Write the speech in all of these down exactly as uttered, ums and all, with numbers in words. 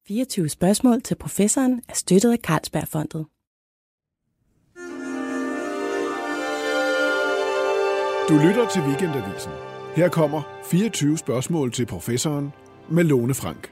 fireogtyve spørgsmål til professoren er støttet af Carlsbergfondet. Du lytter til Weekendavisen. Her kommer fireogtyve spørgsmål til professoren med Lone Frank.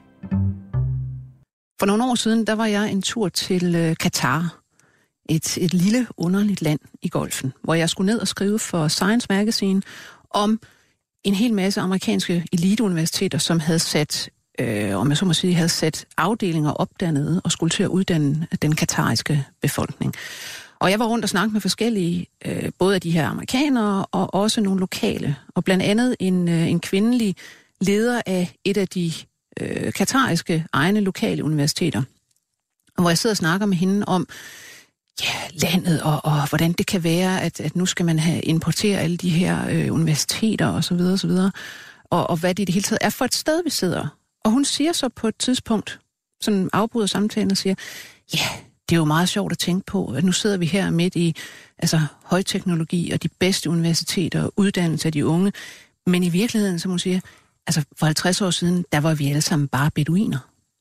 For nogle år siden, der var jeg en tur til øh, Katar. Et, et lille, underligt land i Golfen, hvor jeg skulle ned og skrive for Science Magazine om en hel masse amerikanske eliteuniversiteter, som havde sat, øh, om jeg så må sige, havde sat afdelinger op dernede og skulle til at uddanne den katariske befolkning. Og jeg var rundt og snakke med forskellige, øh, både af de her amerikanere og også nogle lokale, og blandt andet en, øh, en kvindelig leder af et af de øh, katariske egne lokale universiteter, hvor jeg sidder og snakker med hende om ja, landet og, og hvordan det kan være, at, at nu skal man have importere alle de her øh, universiteter og så videre og så videre, og, og hvad det i det hele taget er for et sted, vi sidder. Og hun siger så på et tidspunkt, sådan afbryder samtalen og siger, ja, det er jo meget sjovt at tænke på, at nu sidder vi her midt i altså, højteknologi og de bedste universiteter og uddannelse af de unge, men i virkeligheden, som hun siger, altså for halvtreds år siden, der var vi alle sammen bare beduiner.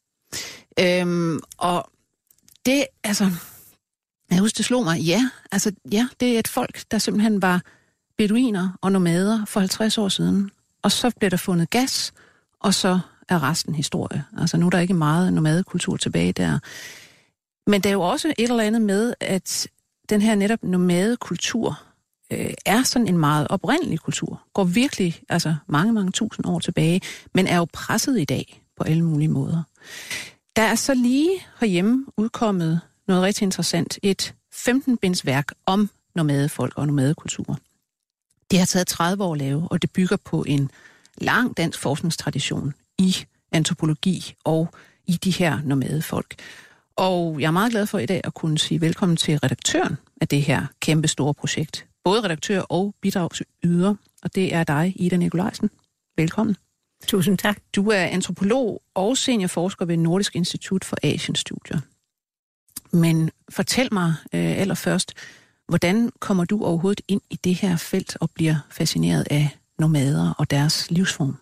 Øhm, og det, altså, jeg husker, det slog mig, ja, altså, ja, det er et folk, der simpelthen var beduiner og nomader for halvtreds år siden, og så blev der fundet gas, og så er resten historie. Altså nu er der ikke meget nomadekultur tilbage der. Men der er jo også et eller andet med, at den her netop nomadekultur øh, er sådan en meget oprindelig kultur. Går virkelig altså mange, mange tusind år tilbage, men er jo presset i dag på alle mulige måder. Der er så lige herhjemme udkommet noget rigtig interessant. Et femten-binds værk om nomadefolk og nomadekultur. Det har taget tredive år at lave, og det bygger på en lang dansk forskningstradition i antropologi og i de her nomadefolk. Og jeg er meget glad for i dag at kunne sige velkommen til redaktøren af det her kæmpe store projekt. Både redaktør og bidragsyder, og det er dig, Ida Nikolajsen. Velkommen. Tusind tak. Du er antropolog og seniorforsker ved Nordisk Institut for Asienstudier. Men fortæl mig øh, allerførst, hvordan kommer du overhovedet ind i det her felt og bliver fascineret af nomader og deres livsform?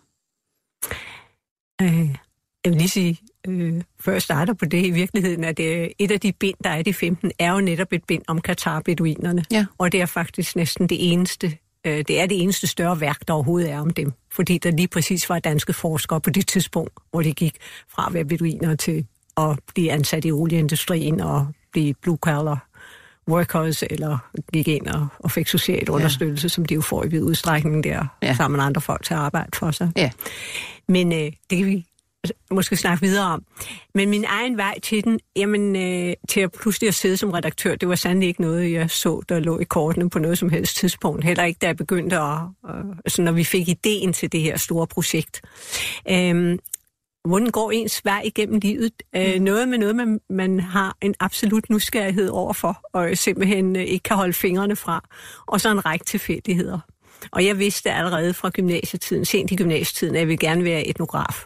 Øh, jeg vil lige sige, øh, før jeg starter på det, i virkeligheden, at det, et af de bind, der er de femten, er jo netop et bind om Qatar-beduinerne. Ja. Og det er faktisk næsten det eneste, øh, det er det eneste større værk, der overhovedet er om dem. Fordi der lige præcis var danske forskere på det tidspunkt, hvor de gik fra at være beduiner til at blive ansat i olieindustrien og blive blue-collar workers, eller gik ind og, og fik social understøttelse, ja. Som de jo får i vid udstrækning der, ja. Sammen med andre folk til at arbejde for sig. Ja. Men øh, det kan vi måske snakke videre om. Men min egen vej til den, jamen øh, til at pludselig at sidde som redaktør, det var sandelig ikke noget, jeg så, der lå i kortene på noget som helst tidspunkt. Heller ikke, da jeg begyndte at, øh, altså når vi fik ideen til det her store projekt. Øh, Hvordan går ens vej igennem livet? Øh, noget med noget, man, man har en absolut nysgerrighed overfor, og simpelthen ikke kan holde fingrene fra. Og så en række tilfældigheder. Og jeg vidste allerede fra gymnasietiden, sent i gymnasietiden, at jeg ville gerne være etnograf.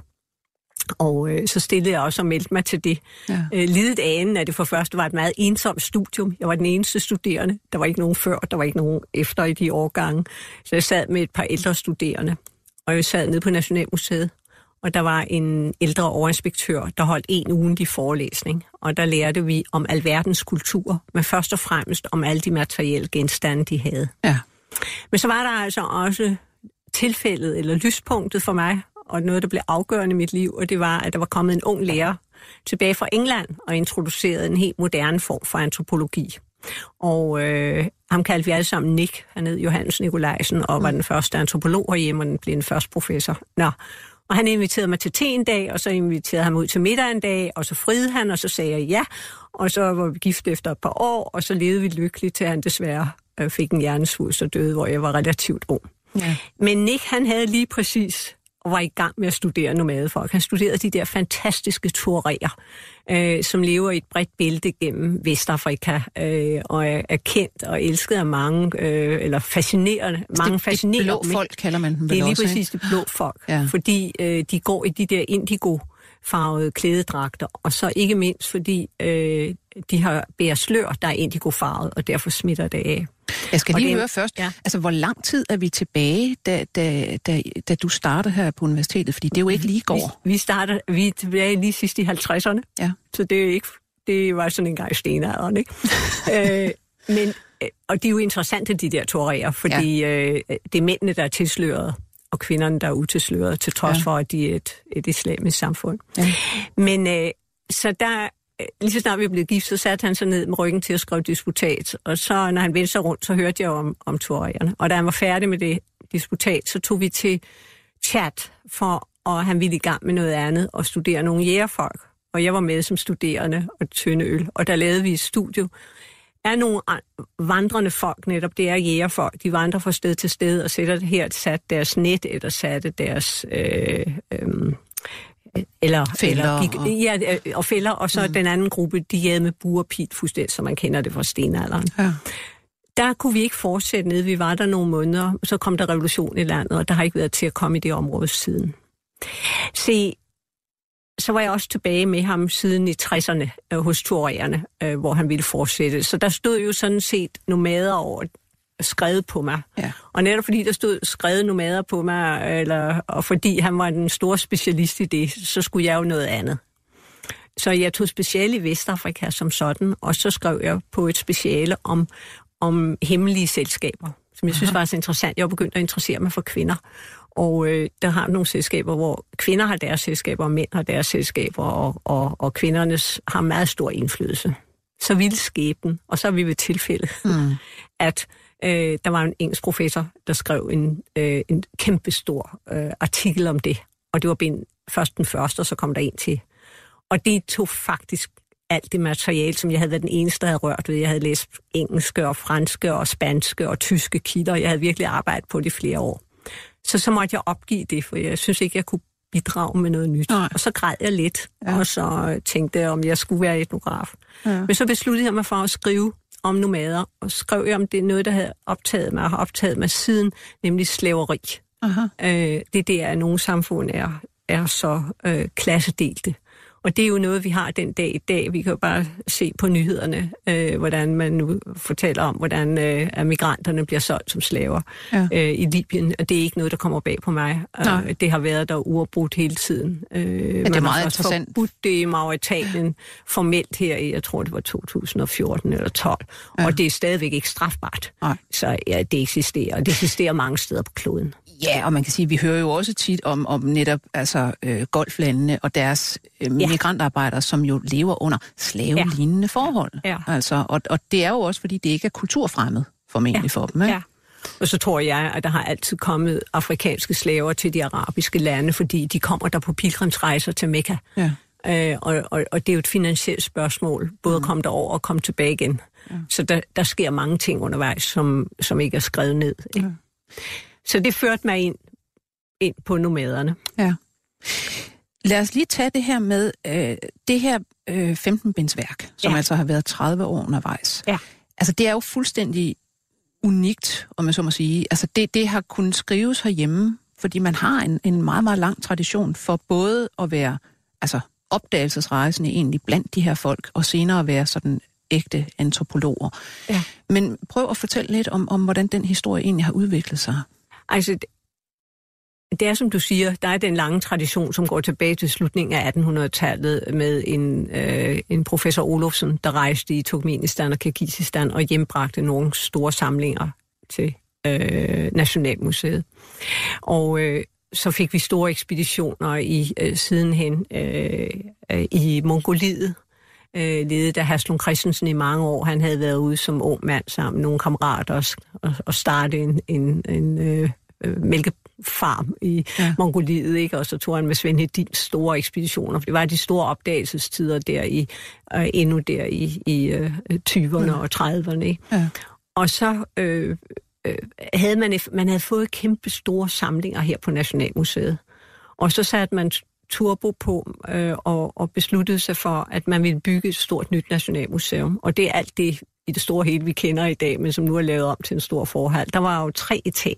Og øh, så stillede jeg også og meldte mig til det. Ja. Øh, lidet anen, at det for første var et meget ensomt studium. Jeg var den eneste studerende. Der var ikke nogen før, der var ikke nogen efter i de årgange. Så jeg sad med et par ældre studerende, og jeg sad nede på Nationalmuseet. Og der var en ældre overinspektør, der holdt en ugentlig forelæsning. Og der lærte vi om alverdens kultur, men først og fremmest om alle de materielle genstande, de havde. Ja. Men så var der altså også tilfældet, eller lyspunktet for mig, og noget, der blev afgørende i mit liv, og det var, at der var kommet en ung lærer tilbage fra England og introducerede en helt moderne form for antropologi. Og øh, ham kaldte vi alle sammen Nick. Han hed Johannes Nikolajsen og var den første antropolog herhjemme, og den blev den første professor. Nå. Og han inviterede mig til te en dag, og så inviterede han mig ud til middag en dag, og så friede han, og så sagde jeg ja. Og så var vi gift efter et par år, og så levede vi lykkeligt, til han desværre øh, fik en hjernesvulst og døde, hvor jeg var relativt ung. Ja. Men Nick, han havde lige præcis og var i gang med at studere nomadefolk. Han studerede de der fantastiske tuareger, øh, som lever i et bredt bælte gennem Vestafrika, øh, og er, er kendt og elsket af mange, øh, eller fascinerende. Mange det, fascinerende. Det blå folk kalder man dem. Det er lige også, præcis det blå folk, ja. Fordi øh, de går i de der indigo farvede klædedragter, og så ikke mindst fordi øh, de har bærer slør, der er indigofarvet, og derfor smitter det af. Jeg skal og lige det, høre først, ja. altså hvor lang tid er vi tilbage, da, da, da, da du startede her på universitetet? Fordi det er jo ikke lige i går. Vi, vi starter, vi er tilbage lige sidst i halvtredserne, ja. Så det er ikke, det var sådan en gang i stenalderen, ikke? øh, men, og de er jo interessante, de der teorier, fordi ja. øh, det er mændene, der er tilsløret, og kvinderne, der er utilsløret, til trods ja. for, at de er et, et islamisk samfund. Ja. Men øh, så der, lige så snart vi blev gift, så satte han sig ned med ryggen til at skrive disputat, og så, når han vendte sig rundt, så hørte jeg om, om teorierne. Og da han var færdig med det disputat, så tog vi til chat, for og han ville i gang med noget andet, og studere nogle jægerfolk. Og jeg var med som studerende og tynde øl, og der lavede vi et studie. Er nogle vandrende folk netop, det er jægerfolk. De vandrer fra sted til sted og sætter her sat deres net, eller satte deres... Øh, øh, eller fælder. Eller, gik, og... Ja, og fælder, og så mm. den anden gruppe, de jagede med bur og pit, fuldstændig, som man kender det fra stenalderen. Ja. Der kunne vi ikke fortsætte ned. Vi var der nogle måneder, så kom der revolution i landet, og der har ikke været til at komme i det område siden. Se, så var jeg også tilbage med ham siden i tresserne øh, hos tuaregerne, øh, hvor han ville fortsætte. Så der stod jo sådan set nomader over skrevet på mig. Ja. Og netop fordi der stod skrevet nomader på mig, eller, og fordi han var den store specialist i det, så skulle jeg jo noget andet. Så jeg tog speciale i Vestafrika som sådan, og så skrev jeg på et speciale om, om hemmelige selskaber, som jeg synes var så interessant. Jeg var begyndt at interessere mig for kvinder. Og øh, der har nogle selskaber, hvor kvinder har deres selskaber, og mænd har deres selskaber, og, og, og kvindernes har meget stor indflydelse. Så ville skæbnen, og så er vi ved tilfælde, mm. at øh, der var en engelsk professor, der skrev en, øh, en kæmpestor øh, artikel om det. Og det var ben, først den første, og så kom der en til. Og det tog faktisk alt det materiale, som jeg havde været den eneste, der havde rørt ved. Jeg havde læst engelske og franske og spanske og tyske kilder. Jeg havde virkelig arbejdet på det i flere år. Så så måtte jeg opgive det, for jeg synes ikke, jeg kunne bidrage med noget nyt. Nej. Og så græd jeg lidt, ja. Og så tænkte jeg, om jeg skulle være etnograf. Ja. Men så besluttede jeg mig for at skrive om nomader, og skrev jeg om det noget, der havde optaget mig, og har optaget mig siden, nemlig slaveri. Øh, det der, at nogle samfund er, er så øh, klassedelte. Og det er jo noget, vi har den dag i dag. Vi kan jo bare se på nyhederne, øh, hvordan man nu fortæller om, hvordan øh, at migranterne bliver solgt som slaver ja. øh, i Libyen. Og det er ikke noget, der kommer bag på mig. Øh, det har været der uafbrudt hele tiden. Øh, ja, det er meget interessant. Forbudt det i Mauritanien formelt her i, jeg tror det var to tusind og fjorten eller tolv. Ja. Og det er stadigvæk ikke strafbart. Nej. Så ja, det eksisterer. Det eksisterer mange steder på kloden. Ja, og man kan sige, at vi hører jo også tit om, om netop altså, øh, golflandene og deres øh, ja. migrantarbejdere, som jo lever under slavelignende ja. forhold. Ja. Altså, og, og det er jo også, fordi det ikke er kulturfremmed formentlig ja. for dem. Ikke? Ja. Og så tror jeg, at der har altid kommet afrikanske slaver til de arabiske lande, fordi de kommer der på pilgrimsrejser til Mekka. Ja. Øh, og, og, og det er jo et finansielt spørgsmål, både at komme derover og komme tilbage igen. Ja. Så der, der sker mange ting undervejs, som, som ikke er skrevet ned. Ikke? Ja. Så det førte mig ind, ind på nomaderne. Ja. Lad os lige tage det her med øh, det her øh, femten-bindsværk, som ja. altså har været tredive år undervejs. Ja. Altså det er jo fuldstændig unikt, om jeg så må sige. Altså det, det har kunnet skrives herhjemme, fordi man har en, en meget, meget lang tradition for både at være altså opdagelsesrejsende egentlig blandt de her folk, og senere at være sådan ægte antropologer. Ja. Men prøv at fortælle lidt om, om, hvordan den historie egentlig har udviklet sig. Altså, det, det er som du siger, der er den lange tradition, som går tilbage til slutningen af attenhundredetallet med en, øh, en professor Olofsen, der rejste i Turkmenistan og Kirgisistan og hjembragte nogle store samlinger til øh, Nationalmuseet. Og øh, så fik vi store ekspeditioner i øh, sidenhen øh, øh, i Mongoliet, øh, ledet af Haslund Christensen i mange år. Han havde været ude som ung mand sammen med nogle kammerater og, og, og starte en, en, en øh, mælkefarm i ja. Mongoliet, ikke? Og så tog han med Svend Hedins store ekspeditioner, for det var de store opdagelsestider der i, øh, endnu der i, i øh, tyverne ja. og trediverne, ikke? Ja. Og så øh, øh, havde man, man havde fået kæmpe store samlinger her på Nationalmuseet, og så satte man turbo på øh, og, og besluttede sig for, at man ville bygge et stort nyt nationalmuseum. Og det er alt det i det store hele, vi kender i dag, men som nu er lavet om til en stor forhal. Der var jo tre etager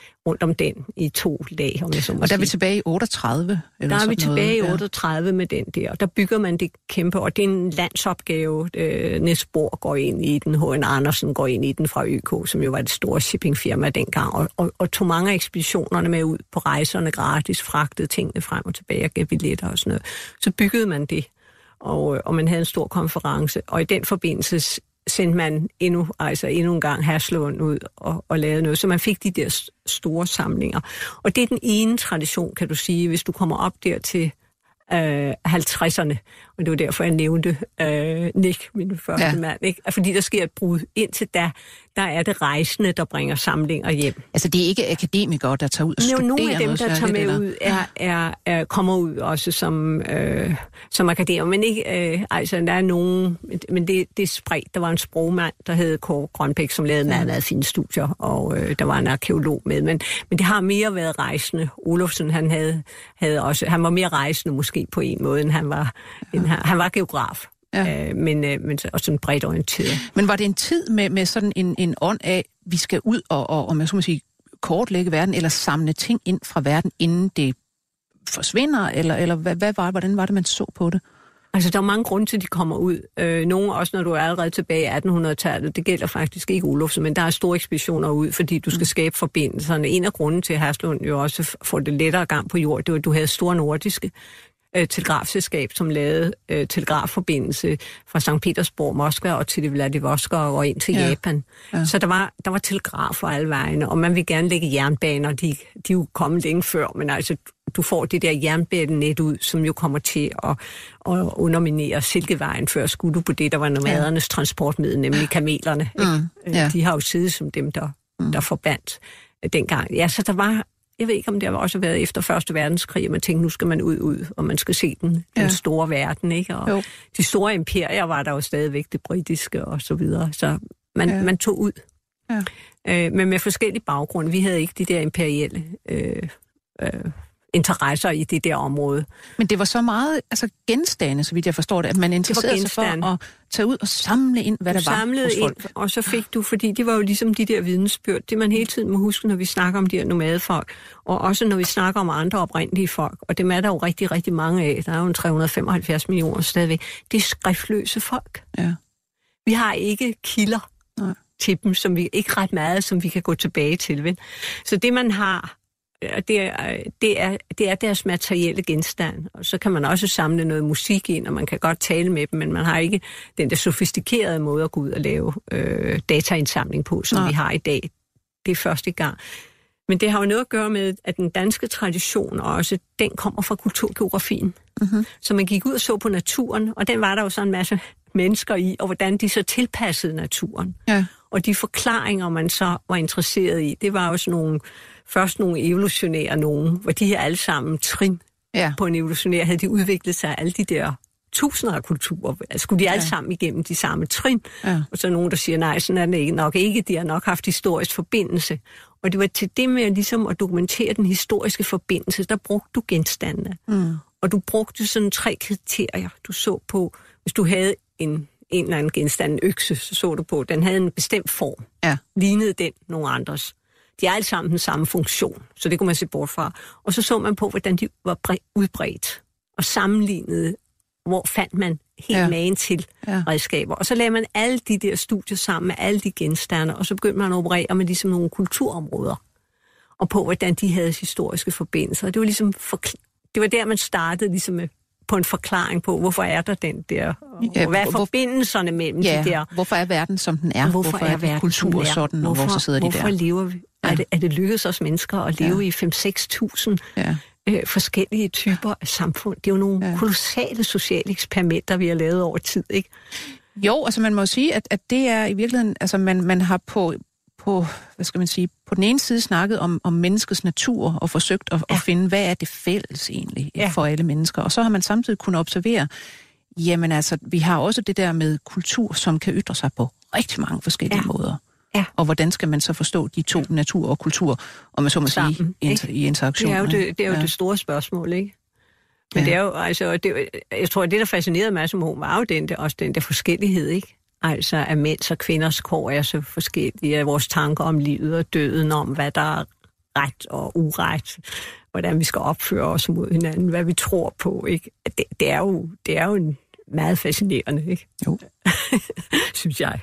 rundt om den i to lag, om jeg så må Og der er sige. vi tilbage i otteogtredive? Eller der er vi tilbage noget. i otteogtredive ja. Med den der, og der bygger man det kæmpe, og det er en landsopgave. Øh, Niels Bohr går ind i den, H N Andersen går ind i den fra Ø K, som jo var det store shippingfirma dengang, og, og, og tog mange af ekspeditionerne med ud på rejserne gratis, fragtede tingene frem og tilbage og gav billetter og sådan noget. Så byggede man det, og, og man havde en stor konference, og i den forbindelse sendte man endnu, altså endnu en gang Haslund ud og, og lavede noget. Så man fik de der store samlinger. Og det er den ene tradition, kan du sige, hvis du kommer op der til øh, halvtredserne. Og det var derfor, jeg nævnte øh, Nick, min første ja. mand. Ikke? Fordi der sker et brud. Indtil da, der er det rejsende, der bringer samlinger hjem. Altså det er ikke akademikere, der tager ud og studerer nogle af dem, noget, der tager med eller? ud, er, er, er, kommer ud også som, øh, som akademikere. Men ikke, øh, altså der er nogen, men det, det er spredt. Der var en sprogmand, der hed Kåre Grønbæk, som lavede meget, meget fine studier, og øh, der var en arkeolog med. Men, men det har mere været rejsende. Olufsen, han havde, havde også, han var mere rejsende måske på en måde, end han var, ja. end han, han var geograf. Ja. Øh, men, øh, men også sådan bredt orienteret. Men var det en tid med, med sådan en, en ånd af, vi skal ud og, og, og man skal sige, kortlægge verden, eller samle ting ind fra verden, inden det forsvinder, eller, eller hvad, hvad var, hvordan var det, man så på det? Altså, der er mange grunde til, at de kommer ud. Øh, nogle også, når du er allerede tilbage i attenhundredetallet. Det gælder faktisk ikke Olufsen, men der er store ekspeditioner ud, fordi du skal skabe forbindelserne. En af grunden til, at Haslund jo også får det lettere gang på jord, det var, at du havde store nordiske øh, telegrafselskab, som lavede øh, telegrafforbindelse fra Sankt Petersborg, Moskva og til Vladivostok og ind til ja. Japan. Ja. Så der var, der var telegrafer alle vejene, og man vil gerne lægge jernbaner. De, de er jo kommet længe før, men altså du får det der jernbanenet ud, som jo kommer til at, at underminere Silkevejen. Før skulle du på det, der var nomadernes ja. transportmiddel, nemlig kamelerne. Mm, ja. De har jo siddet som dem, der, mm. der forbandt dengang. Ja, så der var, jeg ved ikke, om det har også været efter første verdenskrig, og man tænkte, nu skal man ud, ud, og man skal se den, ja. den store verden, ikke? Og jo. De store imperier var der jo stadigvæk, det britiske og så videre, så man, ja. man tog ud. Ja. Øh, men med forskellige baggrunde. Vi havde ikke de der imperielle øh, øh, interesser i det der område. Men det var så meget altså genstande, så vidt jeg forstår det, at man interesserede sig for at tage ud og samle ind, hvad du der var hos folk. Ind, og så fik du, fordi det var jo ligesom de der vidensbyrd, det man hele tiden må huske, når vi snakker om de her nomadefolk, og også når vi snakker om andre oprindelige folk, og dem er der jo rigtig, rigtig mange af, der er jo tre hundrede og femoghalvfjerds millioner stadigvæk, det er skriftløse folk. Ja. Vi har ikke kilder Nej. til dem, som vi ikke ret meget, som vi kan gå tilbage til, vel? Så det man har, Det er, det, er, det er deres materielle genstand, og så kan man også samle noget musik ind, og man kan godt tale med dem, men man har ikke den der sofistikerede måde at gå ud og lave øh, dataindsamling på, som Nej. vi har i dag. Det er første gang. Men det har jo noget at gøre med, at den danske tradition også, den kommer fra kulturgeografien. Mm-hmm. Så man gik ud og så på naturen, og den var der jo så en masse mennesker i, og hvordan de så tilpassede naturen. Ja. Og de forklaringer, man så var interesseret i, det var jo sådan nogle først nogle evolutionære nogen, hvor de her alle sammen trin ja. på en evolutionær, havde de udviklet sig alle de der tusinder af kulturer. Altså, skulle de alle ja. sammen igennem de samme trin? Ja. Og så er nogen, der siger, nej, sådan er det ikke, nok ikke. De har nok haft historisk forbindelse. Og det var til det med ligesom at dokumentere den historiske forbindelse, der brugte du genstandene. Mm. Og du brugte sådan tre kriterier. Du så på, hvis du havde en, en eller anden genstand, en økse, så så du på, den havde en bestemt form. Ja. Lignede den nogle andres. De er alle sammen den samme funktion, så det kunne man se bort fra. Og så så man på, hvordan de var udbredt og sammenlignede, hvor fandt man helt ja. magen til ja. redskaber. Og så lavede man alle de der studier sammen med alle de genstande, og så begyndte man at operere med ligesom nogle kulturområder, og på, hvordan de havde historiske forbindelser. Og det var ligesom, det var der, man startede ligesom med, på en forklaring på, hvorfor er der den der, ja, hvad er hvor, forbindelserne mellem ja, de der. Hvorfor er verden, som den er? Hvorfor, hvorfor er, er verden, kultur sådan, og hvorfor sidder de hvorfor der? Hvorfor lever vi? Ja. Er, det, er det lykkedes os mennesker at leve ja. i fem til seks tusind ja. øh, forskellige typer af samfund? Det er jo nogle ja. kolossale sociale eksperimenter, vi har lavet over tid, ikke? Jo, altså man må sige, at, at det er i virkeligheden, altså man, man har på, på, hvad skal man sige, på den ene side snakket om, om menneskets natur og forsøgt at, ja. at finde, hvad er det fælles egentlig ja. for alle mennesker. Og så har man samtidig kunnet observere, jamen altså, vi har også det der med kultur, som kan ytre sig på rigtig mange forskellige ja. måder. Ja. Og hvordan skal man så forstå de to, natur og kultur, om man så må Sammen, sige, inter- i interaktion? Det er jo det, det, er jo ja. det store spørgsmål, ikke? Men ja. det er jo, altså, det, jeg tror, at det, der fascinerede mig som ung, var jo den der, også den der forskellighed, ikke? Altså, at mænds og kvinders kår er så forskellige, af vores tanker om livet og døden, om hvad der er ret og uret, hvordan vi skal opføre os mod hinanden, hvad vi tror på, ikke? Det, det, er, jo, det er jo meget fascinerende, ikke? Jo. Synes jeg.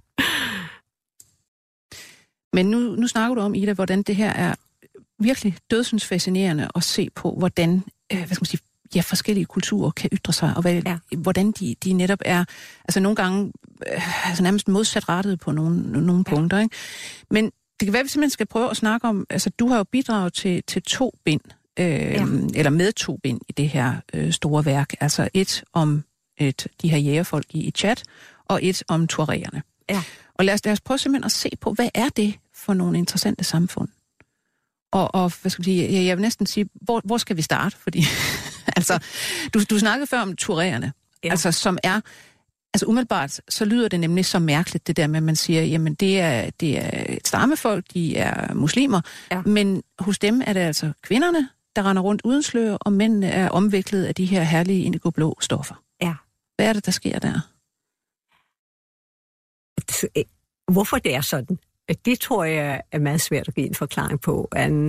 Men nu, nu snakker du om, Ida, hvordan det her er virkelig dødsens fascinerende at se på, hvordan øh, hvad skal man sige, ja, forskellige kulturer kan ytre sig, og hvad, ja. hvordan de, de netop er, altså nogle gange øh, altså nærmest modsatrettet på nogle, nogle ja. punkter. Ikke? Men det kan være, at vi simpelthen skal prøve at snakke om, altså du har jo bidraget til, til to bind, øh, ja. eller med to bind i det her øh, store værk. Altså et om et, de her jægerfolk i, i Tchad, og et om tuaregerne. Ja. Og lad os, lad os prøve simpelthen at se på, hvad er det for nogle interessante samfund? Og, og hvad skal man sige, jeg, jeg vil næsten sige, hvor, hvor skal vi starte? Fordi, altså, du, du snakkede før om tuaregerne, ja. altså som er, altså umiddelbart, så lyder det nemlig så mærkeligt, det der med, at man siger, jamen det er, det er et stammefolk, de er muslimer, ja. men hos dem er det altså kvinderne, der render rundt uden slør, og mændene er omviklet af de her herlige indigo-blå stoffer. Ja. Hvad er det, der sker der? Hvorfor det er sådan? Det tror jeg er meget svært at give en forklaring på.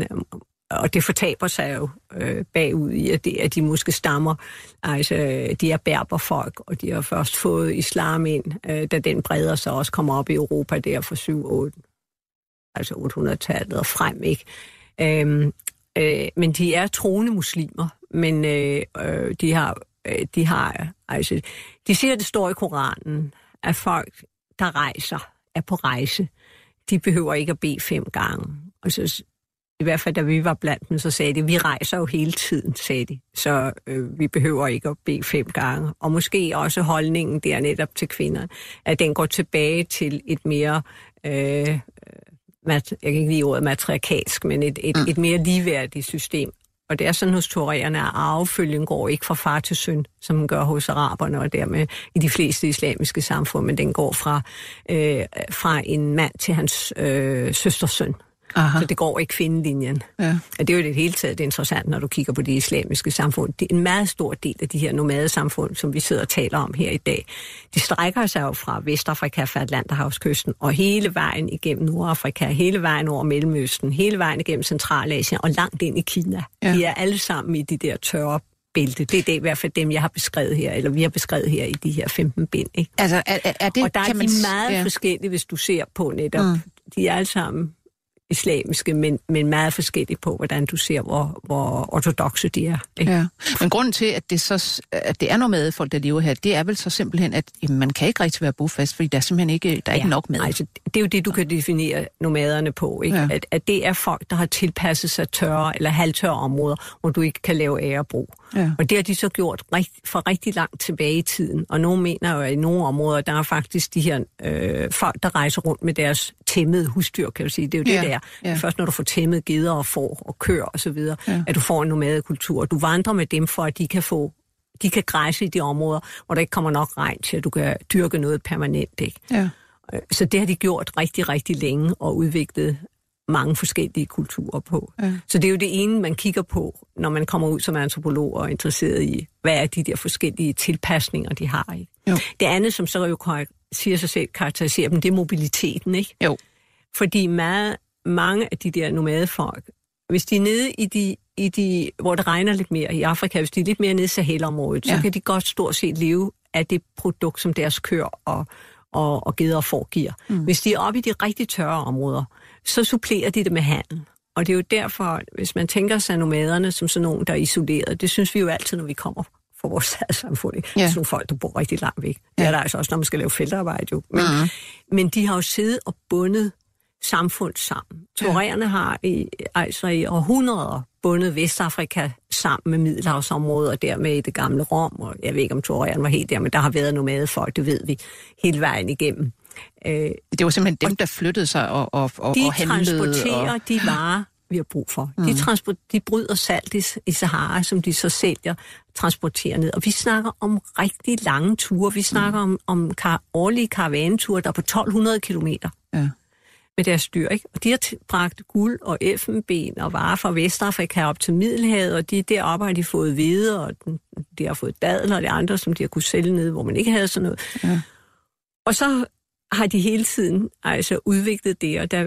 Og det fortaber sig jo øh, bagud i, at, det, at de måske stammer. Altså, de er berberfolk, og de har først fået islam ind, øh, da den breder sig også kommer op i Europa der for syv otte, altså otte hundrede-tallet og frem, ikke? Øhm, øh, men de er troende muslimer, men øh, øh, de har, øh, de har, altså, de siger, at det står i Koranen, at folk, der rejser, er på rejse. De behøver ikke at bede fem gange. Og så, i hvert fald, da vi var blandt dem, så sagde de, vi rejser jo hele tiden, sagde de. Så øh, vi behøver ikke at bede fem gange. Og måske også holdningen der netop til kvinder, at den går tilbage til et mere, øh, mat, jeg kan ikke lide ordet matriarkalsk, men et, et, et mere ligeværdigt system. Og det er sådan hos tuaregerne, at arvefølgen går ikke fra far til søn, som den gør hos araberne, og dermed i de fleste islamiske samfund, men den går fra, øh, fra en mand til hans øh, søsters søn. Aha. Så det går i kvindelinjen. Ja. Og det er jo det hele taget det er interessant, når du kigger på de islamiske samfund. Det er en meget stor del af de her nomadesamfund, som vi sidder og taler om her i dag. De strækker sig jo fra Vestafrika, fra Atlanterhavskysten, og hele vejen igennem Nordafrika, hele vejen over Mellemøsten, hele vejen igennem Centralasien og langt ind i Kina. Ja. De er alle sammen i de der tørre bælte. Det er det i hvert fald dem, jeg har beskrevet her, eller vi har beskrevet her i de her femten bind. Ikke? Altså, er, er det, og der er kan de man... meget ja. forskellige, hvis du ser på netop. Mm. De er alle sammen islamiske, men, men meget forskelligt på, hvordan du ser, hvor, hvor ortodokse de er. Ikke? Ja. Men grunden til, at det, så, at det er nomade folk, der lever her, det er vel så simpelthen, at jamen, man kan ikke rigtig være bofast, fordi der er simpelthen ikke, der er ja, ikke nok mad. Altså, det er jo det, du kan definere nomaderne på, ikke? Ja. At, at det er folk, der har tilpasset sig tørre eller halvtørre områder, hvor du ikke kan lave ærebrug. Ja. Og det har de så gjort rigt, for rigtig langt tilbage i tiden. Og nogle mener jo, at i nogle områder, der er faktisk de her øh, folk, der rejser rundt med deres tæmmede husdyr, kan du sige. Det er jo det, ja. der. Ja. Først når du får tæmmet geder og får og køer og så videre, ja. at du får en nomadekultur. Du vandrer med dem, for at de kan få, de kan græsse i de områder, hvor der ikke kommer nok regn til, at du kan dyrke noget permanent. Ikke? Ja. Så det har de gjort rigtig, rigtig længe og udviklet mange forskellige kulturer på. Ja. Så det er jo det ene, man kigger på, når man kommer ud som antropolog og er interesseret i, hvad er de der forskellige tilpasninger, de har. Ikke? Jo. Det andet, som så jo siger sig selv, karakteriserer dem, det er mobiliteten. Ikke? Jo. Fordi meget, mange af de der nomadefolk, hvis de er nede i de, i de, hvor det regner lidt mere i Afrika, hvis de er lidt mere nede i Sahel-området, ja. så kan de godt stort set leve af det produkt, som deres køer og, og, og geder og får giver. Mm. Hvis de er oppe i de rigtig tørre områder, så supplerer de det med handel. Og det er jo derfor, hvis man tænker sig nomaderne som sådan nogen, der er isoleret, det synes vi jo altid, når vi kommer fra vores samfund. Ikke? Ja. Sådan nogle folk, der bor rigtig langt væk. Ja. Det er der altså også, når man skal lave feltarbejde jo. Men, mm. men de har jo siddet og bundet samfund sammen. Tuaregerne ja. har i, altså i århundreder bundet Vestafrika sammen med Middelhavsområdet og dermed i det gamle Rom. Og jeg ved ikke, om tuaregerne var helt der, men der har været nomadefolk, det ved vi, hele vejen igennem. Det var simpelthen dem, der flyttede sig og, og, og, de og handlede. De transporterer og... de varer, vi har brug for. Mm. De, transport, de bryder salt i, i Sahara, som de så sælger, transporterer ned. Og vi snakker om rigtig lange ture. Vi snakker mm. om, om kar, årlige karavaneture, der er på tolv hundrede kilometer. Ja. Med deres dyr, ikke? Og de har bragt guld og elfenben og varer fra Vestafrika op til Middelhavet, og de deroppe har de fået hvede, og de har fået dadler og det andre, som de har kunne sælge ned, hvor man ikke havde sådan noget. Ja. Og så har de hele tiden altså udviklet det, og da,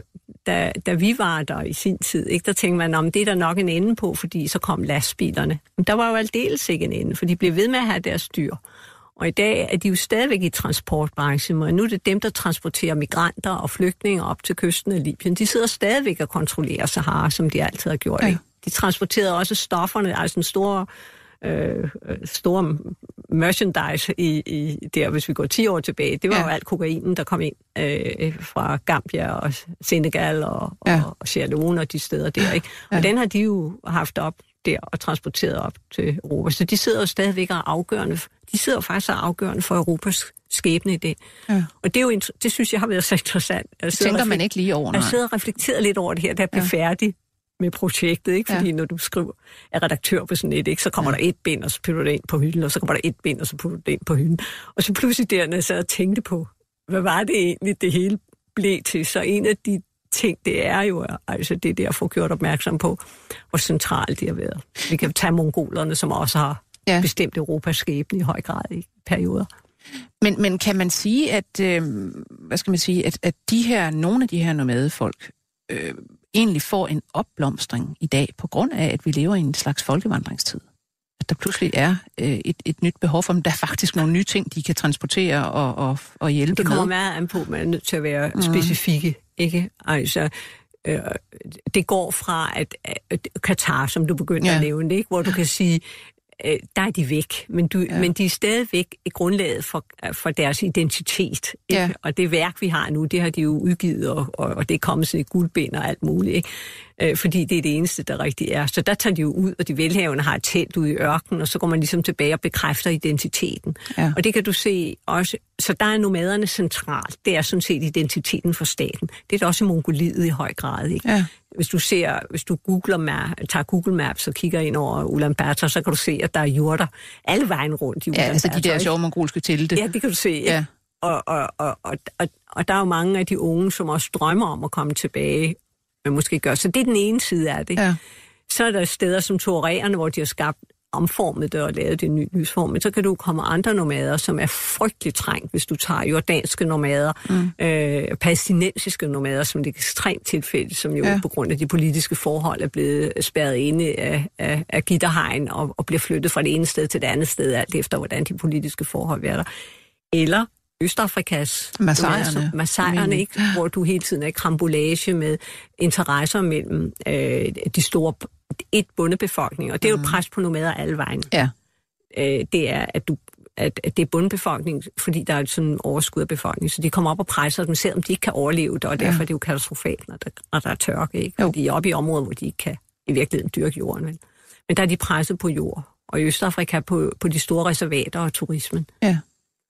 da, da vi var der i sin tid, ikke, der tænkte man, om det er der nok en ende på, fordi så kom lastbilerne. Men der var jo aldeles ikke en ende, for de blev ved med at have deres dyr. Og i dag er de jo stadigvæk i transportbranchen, og nu er det dem, der transporterer migranter og flygtninge op til kysten af Libyen. De sidder stadigvæk og kontrollerer Sahara, som de altid har gjort. Ja. De transporterede også stofferne, altså en stor, øh, stor merchandise i, i der, hvis vi går ti år tilbage. Det var ja. jo alt kokainen, der kom ind øh, fra Gambia og Senegal og, ja. og, og Sierra Leone og de steder der. Ikke? Og ja. den har de jo haft op der og transporteret op til Europa. Så de sidder jo stadigvæk og afgørende. De sidder faktisk og afgørende for Europas skæbne i det. Ja. Og det, er jo, det synes jeg har været så interessant. Jeg tænker man ikke lige over. Jeg sidder og reflekterer lidt over det her, da jeg blev ja. færdig med projektet, ikke? Fordi ja. når du skriver, er redaktør på sådan et, ikke? Så kommer ja. der et bind, og så putter du det ind på hylden, og så kommer der et bind, og så putter du det ind på hylden. Og så pludselig der, når jeg sad og tænkte på, hvad var det egentlig, det hele blev til? Så en af de ting, det er jo altså det der at få gjort opmærksom på, hvor centralt det har været. Vi kan tage mongolerne, som også har ja. bestemt Europas skæbne i høj grad i perioder. Men, men kan man sige, at, øh, hvad skal man sige, at, at de her, nogle af de her nomadefolk øh, egentlig får en opblomstring i dag, på grund af, at vi lever i en slags folkevandringstid? At der pludselig er øh, et, et nyt behov for dem. Der er faktisk nogle nye ting, de kan transportere og, og, og hjælpe med. Det kommer meget an på, at man er nødt til at være mm. specifikke. Ikke? Altså, øh, det går fra, at, at Katar, som du begyndte ja. at nævne, ikke? Hvor du kan sige, øh, der er de væk, men, du, ja. men de er stadigvæk i grundlaget for, for deres identitet. Ikke? Ja. Og det værk, vi har nu, det har de jo udgivet, og, og, og det er kommet sådan et guldbind og alt muligt, ikke? Øh, fordi det er det eneste, der rigtig er. Så der tager de jo ud, og de velhavende har et telt ude i ørkenen, og så går man ligesom tilbage og bekræfter identiteten. Ja. Og det kan du se også. Så der er nomaderne centralt. Det er sådan set identiteten for staten. Det er da også i Mongoliet i høj grad, ikke? Ja. Hvis du ser, hvis du googler, tager Google Maps og kigger ind over Ulaanbaatar, så kan du se, at der er jurter alle vejen rundt i Ulaanbaatar. Ja, altså de der sjove mongolske telte. Ja, det kan du se. Ja. Og, og, og, og, og, og der er jo mange af de unge, som også drømmer om at komme tilbage, men måske gør. Så det er den ene side af det. Ja. Så er der steder som Tuaregerne, hvor de har skabt omformet det og lavet det i ny lysform, men så kan du komme andre nomader, som er frygteligt trængt, hvis du tager jordanske nomader, mm. øh, palæstinensiske nomader, som det er ekstremt tilfælde, som jo ja. på grund af de politiske forhold er blevet spærret inde af, af, af gitterhegn og, og bliver flyttet fra det ene sted til det andet sted, alt efter hvordan de politiske forhold er der. Eller Østafrikas Masaierne, Masaierne, ikke? Hvor du hele tiden er i karambolage med interesser mellem øh, de store et bundebefolkning, og det er jo et pres på nomader alle vejen. Ja. Øh, det er, at, du, at, at det er bundebefolkning, fordi der er sådan en overskud af befolkning, så de kommer op og presser dem, selvom de ikke kan overleve det, og derfor ja. er det jo katastrofalt, når der, når der er tørke, ikke? Fordi de er oppe i områder, hvor de ikke kan i virkeligheden dyrke jorden. Vel? Men der er de presset på jord, og i Østafrika på, på de store reservater og turismen. Ja.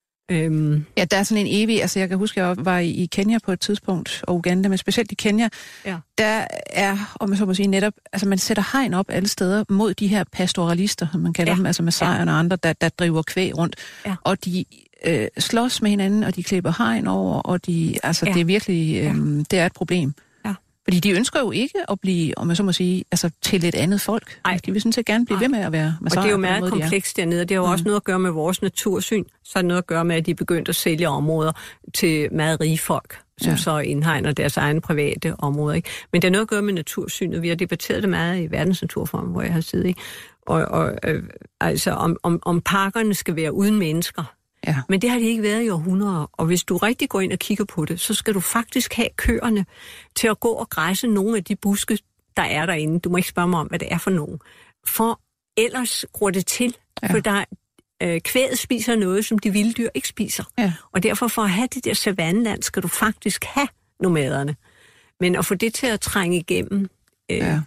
Øhm. Ja, der er sådan en evig, altså jeg kan huske, jeg var i Kenya på et tidspunkt, og Uganda, men specielt i Kenya, ja. der er, om man så må sige netop, altså man sætter hegn op alle steder mod de her pastoralister, som man kalder ja. dem, altså masaierne ja. og andre, der, der driver kvæg rundt, ja. og de øh, slås med hinanden, og de klipper hegn over, og de, altså ja. det er virkelig, øh, ja. det er et problem. Fordi de ønsker jo ikke at blive, om man så må sige, altså til et andet folk. Ej. De vil sådan set gerne blive Ej. ved med at være masaier. Og det er jo meget måde, komplekst de dernede, og det har jo mm. også noget at gøre med vores natursyn. Så er det noget at gøre med, at de er begyndt at sælge områder til meget rige folk, som ja. så indhegner deres egne private områder. Ikke? Men det har noget at gøre med natursynet. Vi har debatteret det meget i Verdens Naturforum, hvor jeg har siddet. Ikke? Og, og øh, altså, om, om, om parkerne skal være uden mennesker. Ja. Men det har de ikke været i århundreder, og hvis du rigtig går ind og kigger på det, så skal du faktisk have køerne til at gå og græsse nogle af de buske, der er derinde. Du må ikke spørge mig om, hvad det er for nogen. For ellers gror det til, ja. for der, øh, kvæget spiser noget, som de vilde dyr ikke spiser. Ja. Og derfor for at have det der savanneland, skal du faktisk have nomaderne. Men at få det til at trænge igennem, øh, ja.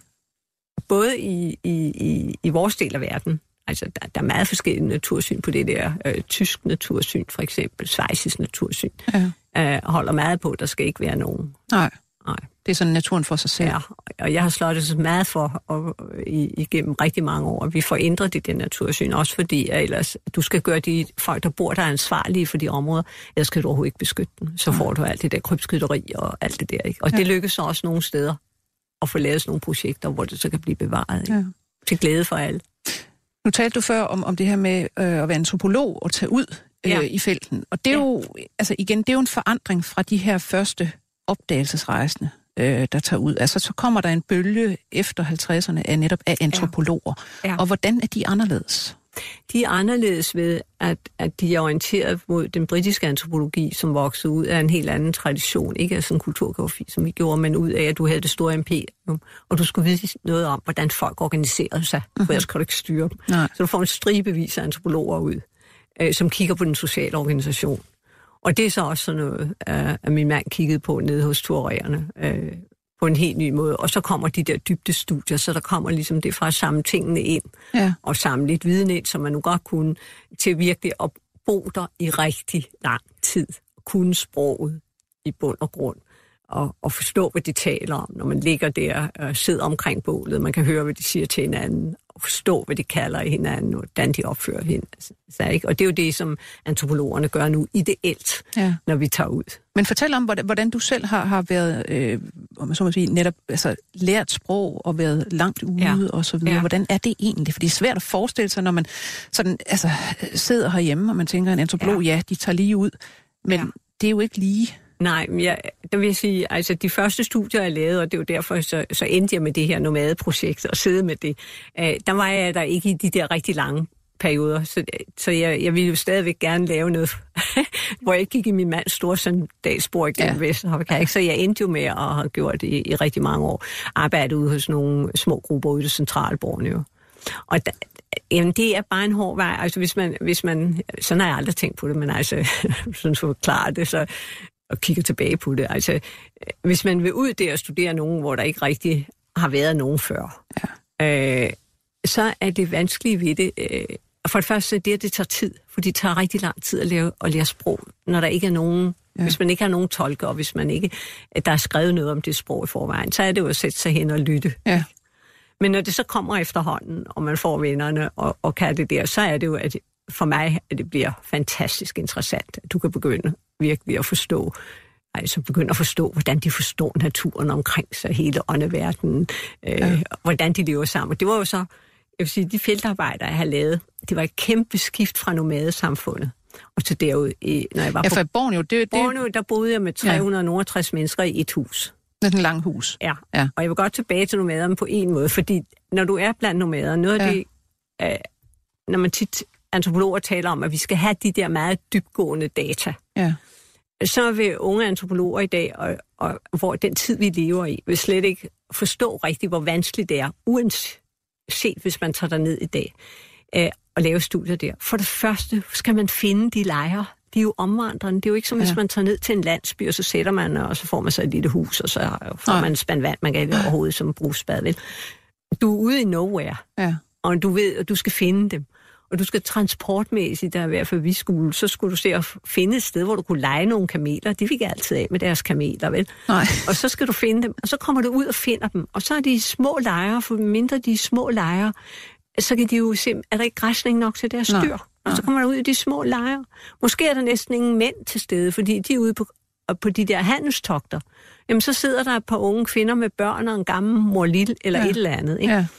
både i, i, i, i vores del af verden, altså, der, der er meget forskellige natursyn på det der. Øh, tysk natursyn, for eksempel. Schweizisk natursyn. Ja. Øh, holder meget på, der skal ikke være nogen. Nej. Nej. Det er sådan naturen for sig selv. Ja, og jeg har slået det så meget for og, i, igennem rigtig mange år, at vi får ændret det der natursyn, også fordi at ellers du skal gøre de folk, der bor der, ansvarlige for de områder, ellers skal du overhovedet ikke beskytte dem. Så får du alt det der krybskytteri og alt det der. Ikke? Og ja. det lykkes så også nogle steder at få lavet sådan nogle projekter, hvor det så kan blive bevaret. Ikke? Ja. Til glæde for alle. Nu talte du før om, om det her med øh, at være antropolog og tage ud øh, ja. i felten. Og det er ja. jo, altså igen, det er jo en forandring fra de her første opdagelsesrejsende. øh, der tager ud. Altså, så kommer der en bølge efter halvtredserne af netop af antropologer. Ja. Ja. Og hvordan er de anderledes? De er anderledes ved, at, at de er orienteret mod den britiske antropologi, som voksede ud af en helt anden tradition. Ikke af sådan en kulturgeografi, som vi gjorde, men ud af, at du havde det store imperium, og du skulle vide noget om, hvordan folk organiserede sig, mm-hmm. for ellers kan du ikke styre dem. Nej. Så du får en stribevis af antropologer ud, øh, som kigger på den sociale organisation. Og det er så også sådan noget, øh, at min mand kiggede på nede hos tuaregerne, øh, på en helt ny måde. Og så kommer de der dybde studier, så der kommer ligesom det fra at samle tingene ind, ja. Og samle lidt viden ind, som man nu godt kunne, til virkelig at bo der i rigtig lang tid. Kunne sproget i bund og grund, og, og forstå, hvad de taler om, når man ligger der og sidder omkring bålet. Man kan høre, hvad de siger til hinanden, og forstå, hvad de kalder hinanden, og hvordan de opfører hinanden. Så, ikke? Og det er jo det, som antropologerne gør nu ideelt, ja. Når vi tager ud. Men fortæl om, hvordan, hvordan du selv har, har været, øh, om man så må sige, netop altså, lært sprog og været langt ude ja. Og så videre. Ja. Hvordan er det egentlig? For det er svært at forestille sig, når man sådan, altså, sidder herhjemme, og man tænker, en antropolog, ja, ja de tager lige ud. Men ja. Det er jo ikke lige... Nej, men jeg, der vil jeg sige, altså de første studier, jeg lavede, og det er jo derfor, så, så endte jeg med det her nomadeprojekt og sidde med det. Øh, der var jeg der ikke i de der rigtig lange perioder, så, så jeg, jeg ville jo stadigvæk gerne lave noget, hvor jeg ikke gik i min mands store sandalspor igennem ja. Vestafrika. Så jeg endte jo med at have gjort det i, i rigtig mange år. Arbejdet ude hos nogle små grupper ude i det centrale Borneo. Og da, jamen, det er bare en hård vej. Altså, hvis man, hvis man, sådan har jeg aldrig tænkt på det, men altså, sådan så forklarer det, så og kigger tilbage på det. Altså, hvis man vil ud der og studere nogen, hvor der ikke rigtig har været nogen før, ja. øh, så er det vanskeligt ved det. Øh, for det første, det er, det tager tid, for det tager rigtig lang tid at lære, at lære sprog, når der ikke er nogen, ja. Hvis man ikke har nogen tolker, og hvis man ikke, der er skrevet noget om det sprog i forvejen, så er det jo at sætte sig hen og lytte. Ja. Men når det så kommer efterhånden, og man får vennerne og, og kan det der, så er det jo, at for mig, at det bliver fantastisk interessant, at du kan begynde virkelig at forstå, altså begynde at forstå, hvordan de forstår naturen omkring sig, hele åndeverdenen, øh, ja. Hvordan de lever sammen. Det var jo så, jeg vil sige, de feltarbejder, jeg har lavet, det var et kæmpe skift fra nomadesamfundet. Og til derude, når jeg var ja, på for Borneo, det, Borneo, der boede jeg med tre hundrede og tres mennesker i et hus. Det er en lang hus. Ja. ja, og jeg vil godt tilbage til nomaderne på en måde, fordi når du er blandt nomader, noget af ja. det, øh, når man tit antropologer taler om, at vi skal have de der meget dybgående data, ja. Så vil unge antropologer i dag, og, og hvor den tid, vi lever i, vil slet ikke forstå rigtigt, hvor vanskeligt det er, uanset hvis man tager ned i dag, øh, og lave studier der. For det første skal man finde de lejre. De er jo omvandrende. Det er jo ikke som, ja. Hvis man tager ned til en landsby, og så sætter man, og så får man så et lille hus, og så får ja. man en spand vand, man kan ikke overhovedet som brugsbad, vel? Du er ude i nowhere, ja. Og du ved, at du skal finde dem. Og du skal transportmæssigt, der i hvert fald vi skulle, så skulle du se at finde et sted, hvor du kunne leje nogle kameler. De fik altid af med deres kameler, vel? Nej. Og så skal du finde dem, og så kommer du ud og finder dem. Og så er de små lejre, for mindre de små lejre, så kan de jo se, er der ikke græsning nok til deres dyr? Og så kommer der ud i de små lejre. Måske er der næsten ingen mænd til stede, fordi de er ude på, på de der handelstogter. Jamen, så sidder der et par unge kvinder med børn og en gammel mor lille, eller ja. Et eller andet, ikke? Ja.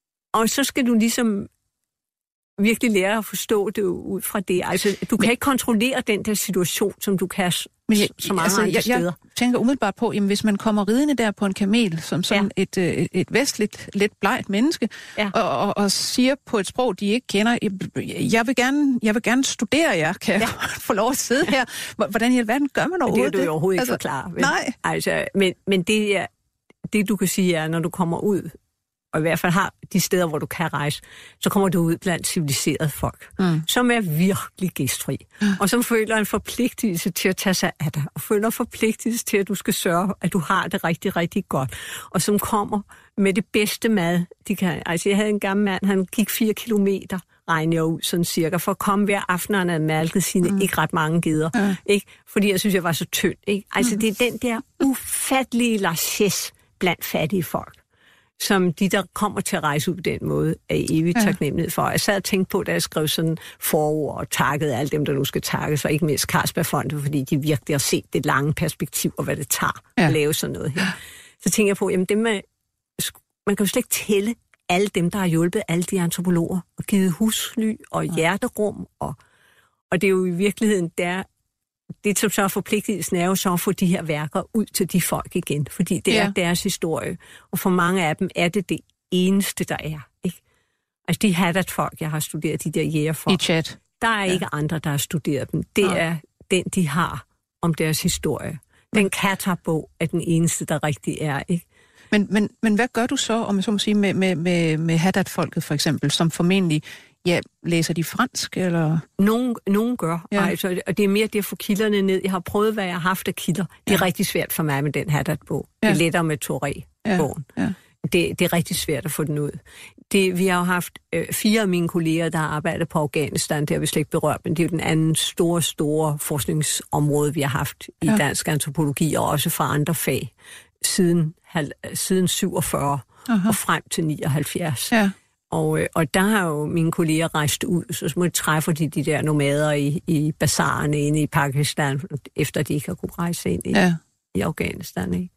Og så skal du ligesom virkelig lære at forstå det ud fra det. Altså, du kan men, ikke kontrollere den der situation, som du kan men jeg, så mange altså, andre jeg, steder. Jeg tænker umiddelbart på, jamen, hvis man kommer ridende der på en kamel, som sådan ja. et, et, et vestligt, lidt blegt menneske, ja. og, og, og siger på et sprog, de ikke kender, jeg vil gerne, jeg vil gerne studere jer, kan ja. jeg få lov at sidde ja. her? Hvordan i alverden gør man overhovedet det? Det er du overhovedet ikke altså, forklare. Men, nej. Altså, men, men det, er, det, du kan sige, er, når du kommer ud, og i hvert fald har de steder, hvor du kan rejse, så kommer du ud blandt civiliserede folk, mm. som er virkelig gæstfri, mm. og som føler en forpligtelse til at tage sig af dig, og føler en forpligtelse til, at du skal sørge, at du har det rigtig, rigtig godt, og som kommer med det bedste mad, de kan. Altså, jeg havde en gammel mand, han gik fire kilometer, regner jeg ud, sådan cirka, for at komme hver aften, og han havde malket sine mm. ikke ret mange geder, mm. ikke? Fordi jeg synes, jeg var så tynd, ikke? Altså, mm. det er den der ufattelige largesse blandt fattige folk, som de, der kommer til at rejse ud på den måde, er evigt ja. taknemmelighed for. Jeg sad og tænkte på, da jeg skrev sådan forord og takkede alle dem, der nu skal takkes, og ikke mindst Carlsbergfondet, fordi de virkelig har set det lange perspektiv, og hvad det tager ja. at lave sådan noget her. Så tænker jeg på, jamen dem er, man kan jo slet ikke tælle alle dem, der har hjulpet alle de antropologer, og givet husly og hjerterum, og, og det er jo i virkeligheden der, det, som så er forpligtelsen, er jo så at få de her værker ud til de folk igen, fordi det ja. er deres historie. Og for mange af dem er det det eneste, der er. Ikke? Altså de Haddad-folk, jeg har studeret, de der jægerfolk. I chat. Der er ja. ikke andre, der har studeret dem. Det ja. er den, de har om deres historie. Den Qatar-bog er den eneste, der rigtig er, ikke? Men, men, men hvad gør du så, om jeg så må sige, med, med, med, med Haddad-folket for eksempel, som formentlig, ja, læser de fransk, eller? Nogen, nogen gør, ja. altså, og det er mere det at få kilderne ned. Jeg har prøvet, hvad jeg har haft af kilder. Det er ja. rigtig svært for mig med den Haddad-bog. Ja. Det er lettere med Touré-bogen. Ja. Ja. Det, det er rigtig svært at få den ud. Det, vi har jo haft øh, fire af mine kolleger, der har arbejdet på Afghanistan. Det har vi slet ikke berørt, men det er jo den anden store, store forskningsområde, vi har haft i ja. dansk antropologi, og også fra andre fag, siden, siden syvogfyrre Aha. og frem til nioghalvfjerds. Ja. Og, og der har jo mine kolleger rejst ud, så må de træffe de, de der nomader i, i bazarerne inde i Pakistan, efter de ikke har kunne rejse ind i, ja. i Afghanistan, ikke?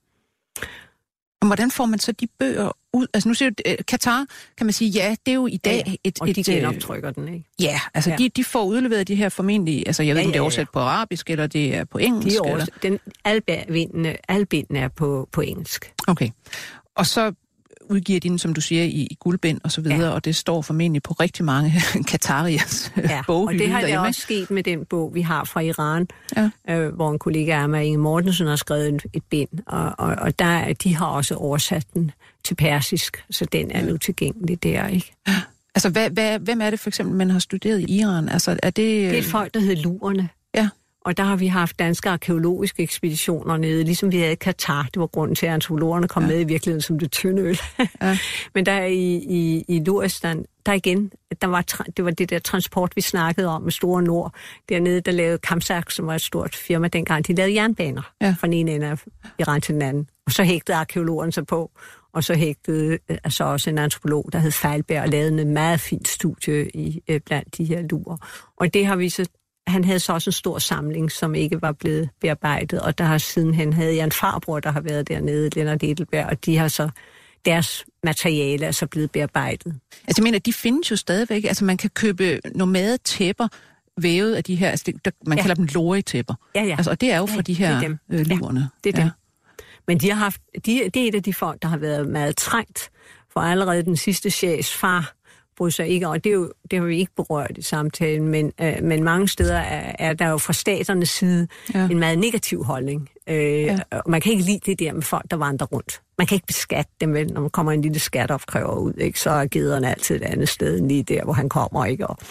Og hvordan får man så de bøger ud? Altså nu siger du, Qatar, kan man sige, ja, det er jo i dag ja, et... Og de et, genoptrykker den, ikke? Ja, altså ja. De, de får udleveret de her formentlig, altså jeg ved ikke, ja, om det er oversat ja. på arabisk, eller det er på engelsk? De er også, den albindene, albindene er på, på engelsk. Okay. Og så udgiver de den, som du siger, i, i guldbind og så videre, ja. og det står formentlig på rigtig mange Qatariers ja. boghylde. Og det har det også sket med den bog, vi har fra Iran, ja. øh, hvor en kollega af mig, Inge Mortensen, har skrevet et, et bind, og, og, og der, de har også oversat den til persisk, så den er nu tilgængelig der, ikke? Ja. Altså, hvad, hvad, hvem er det for eksempel, man har studeret i Iran? Altså, er det... Det er et folk, der hedder lurerne. Ja. Og der har vi haft danske arkeologiske ekspeditioner nede, ligesom vi havde i Qatar. Det var grunden til, at antropologerne kom ja. med i virkeligheden som det tynde øl. Ja. Men der i, i, i Luristan, der igen, der var, det var det der transport, vi snakkede om med Store Nord. Dernede, der lavede Kamsak, som var et stort firma dengang. De lavede jernbaner ja. fra den ene ende af Iran til den anden. Og så hægtede arkeologerne sig på. Og så hægtede altså også en antropolog, der hed Feilberg, og lavede en meget fint studie i, blandt de her lurer. Og det har vi så... Han havde så også en stor samling, som ikke var blevet bearbejdet, og der har sidenhen havde jeg en farbror, der har været dernede, Lennart Edelberg, og de har så, deres materiale er så blevet bearbejdet. Altså jeg mener, de findes jo stadigvæk, altså man kan købe nomade tæpper vævet af de her, altså det, der, man ja. kalder dem lori-tæpper, ja, ja. Altså, og det er jo ja, for de her øh, lurerne. Ja, det er ja. dem. Men de har haft, de, det er et af de folk, der har været meget trængt, for allerede den sidste chefs far, sig ikke, og det, er jo, det har vi ikke berørt i samtalen, men, øh, men mange steder er, er der jo fra staternes side ja. en meget negativ holdning. Øh, ja. Og man kan ikke lide det der med folk, der vandrer rundt. Man kan ikke beskatte dem, vel, når man kommer en lille skatopkræver ud, ikke? Så er gederne altid et andet sted end lige der, hvor han kommer, ikke? Og,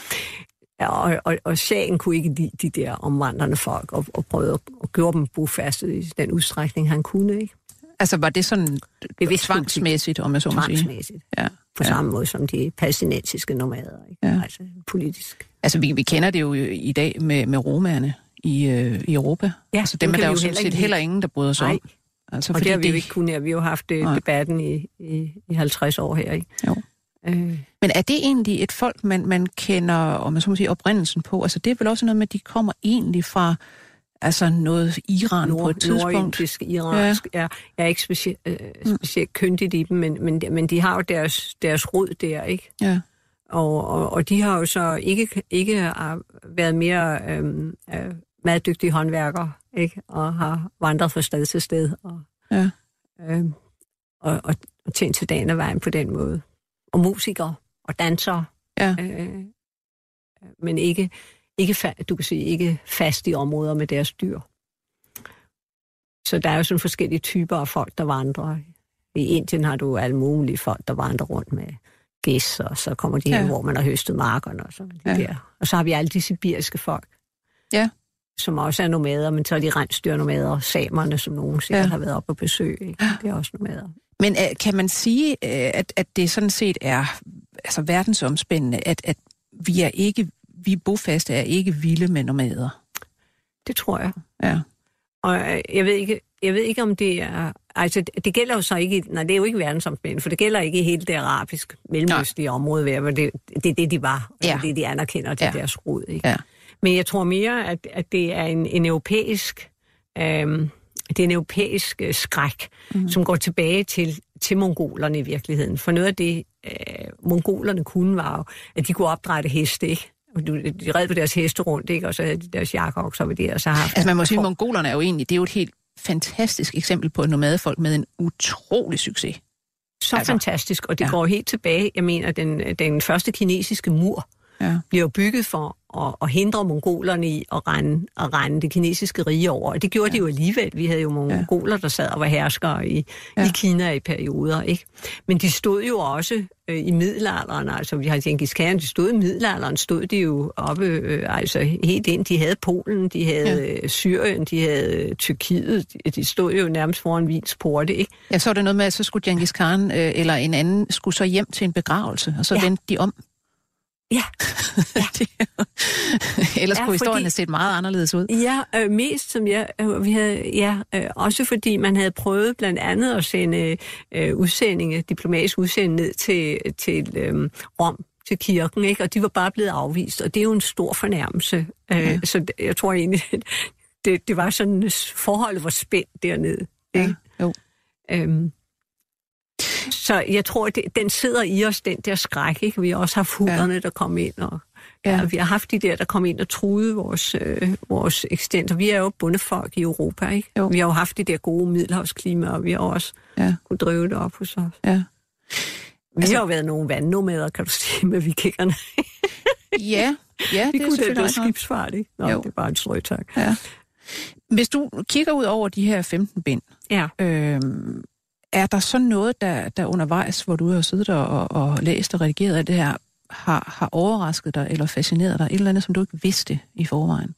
og, og, og sagen kunne ikke lide de der omvandrende folk, og, og prøvede at, at gøre dem bofastet i den udstrækning, han kunne, ikke? Altså var det sådan bevidst tvangsmæssigt, om jeg så må sige? Tvangsmæssigt. Ja. På ja. samme måde som de palæstinensiske nomader, ikke? Ja. Altså politisk. Altså vi, vi kender det jo i dag med, med romaerne i, øh, i Europa. Ja, altså dem er der jo sådan set heller ingen, der bryder sig om. Altså, og det har vi jo ikke kunnet. Vi har jo haft øh, debatten i, i, i halvtreds år her, ikke? Jo. Øh. Men er det egentlig et folk, man, man kender, om man så må sige, oprindelsen på? Altså det er vel også noget med, at de kommer egentlig fra... Altså noget Iran Nord, på et tidspunkt. Nordindisk, iransk. Ja. Jeg er ikke specielt, øh, specielt kyndigt i dem, men, men, men de har jo deres, deres rod der, ikke? Ja. Og, og, og de har jo så ikke, ikke været mere øh, øh, meget dygtige håndværkere, ikke? Og har vandret fra sted til sted. Og, ja. øh, og, og, og tjent til dagen af vejen på den måde. Og musikere og dansere. Ja. Øh, men ikke... Ikke fa- du kan sige, ikke fast i områder med deres dyr. Så der er jo sådan forskellige typer af folk, der vandrer. I Indien har du alle mulige folk, der vandrer rundt med gæs, og så kommer de ja. her, hvor man har høstet markerne og sådan ja. der. Og så har vi alle de sibiriske folk, ja. som også er nomader, men så er de rensdyrnomader, samerne, som nogen sikkert ja. har været oppe på besøg. Ikke? Det er også nomader. Men uh, kan man sige, uh, at, at det sådan set er altså, verdensomspændende, at, at vi er ikke... Vi bofaste er ikke vilde med nomader. Det tror jeg. Ja. Og jeg ved ikke, jeg ved ikke om det er... Altså, det gælder jo så ikke... Nej, det er jo ikke verdensomspændende, for det gælder ikke i hele det arabisk mellemøstlige område, hvor det, det er det, de var. Ja. Det er det, de anerkender til ja. deres rod. Ikke? Ja. Men jeg tror mere, at, at det er en, en europæisk... Øhm, det er en europæisk øh, skræk, mm. som går tilbage til, til mongolerne i virkeligheden. For noget af det, øh, mongolerne kunne, var jo, at de kunne opdrætte heste, ikke? de red på deres heste rundt, ikke? Og så havde de deres jakker også over det, og så har... Altså man må sige, at mongolerne er jo egentlig, det er jo et helt fantastisk eksempel på et nomadefolk med en utrolig succes. Så altså, fantastisk, og det ja. går helt tilbage. Jeg mener, den, den første kinesiske mur ja. bliver bygget for at, at hindre mongolerne i at rende, at rende det kinesiske rige over. Og det gjorde ja. de jo alligevel. Vi havde jo mongoler, der sad og var herskere i, ja. i Kina i perioder, ikke? Men de stod jo også øh, i middelalderen, altså vi har Genghis Khan, de stod i middelalderen, stod de jo oppe, øh, altså helt ind. De havde Polen, de havde ja. Syrien, de havde Tyrkiet, de, de stod jo nærmest foran Wiens porte, ikke? Ja, så var det noget med, at så skulle Genghis Khan øh, eller en anden skulle så hjem til en begravelse, og så ja. vendte de om. Ja. ja. Ellers ja, kunne historien fordi, have set meget anderledes ud. Ja, øh, mest som jeg, øh, vi havde, ja, øh, også fordi man havde prøvet blandt andet at sende øh, udsendinge, diplomatisk udsending ned til, til øh, Rom, til kirken, ikke? Og de var bare blevet afvist, og det er jo en stor fornærmelse. Øh, ja. Så jeg tror egentlig, det, det var sådan, forholdet var spændt dernede. Ikke? Ja, jo. Øhm, Så jeg tror, det, den sidder i os, den der skræk, ikke? Vi har også haft hunderne, ja. der kom ind, og ja. Ja, vi har haft de der, der kom ind og truede vores, øh, vores eksistens. Vi er jo bundefolk i Europa, ikke? Jo. Vi har jo haft de der gode middelhavsklima, og vi har også ja. kunnet drive det op hos os. Ja. Vi altså, har jo været nogle vandnomader, kan du sige, med vikingerne. ja, ja, vi det er kunne selvfølgelig det skibsfart, ikke? Nå, det er bare en strøgtak. Ja. Hvis du kigger ud over de her femten bind, ja. øhm, er der så noget, der, der undervejs, hvor du har siddet der og, og læst og redigeret af det her, har, har overrasket dig eller fascineret dig? Et eller andet, som du ikke vidste i forvejen?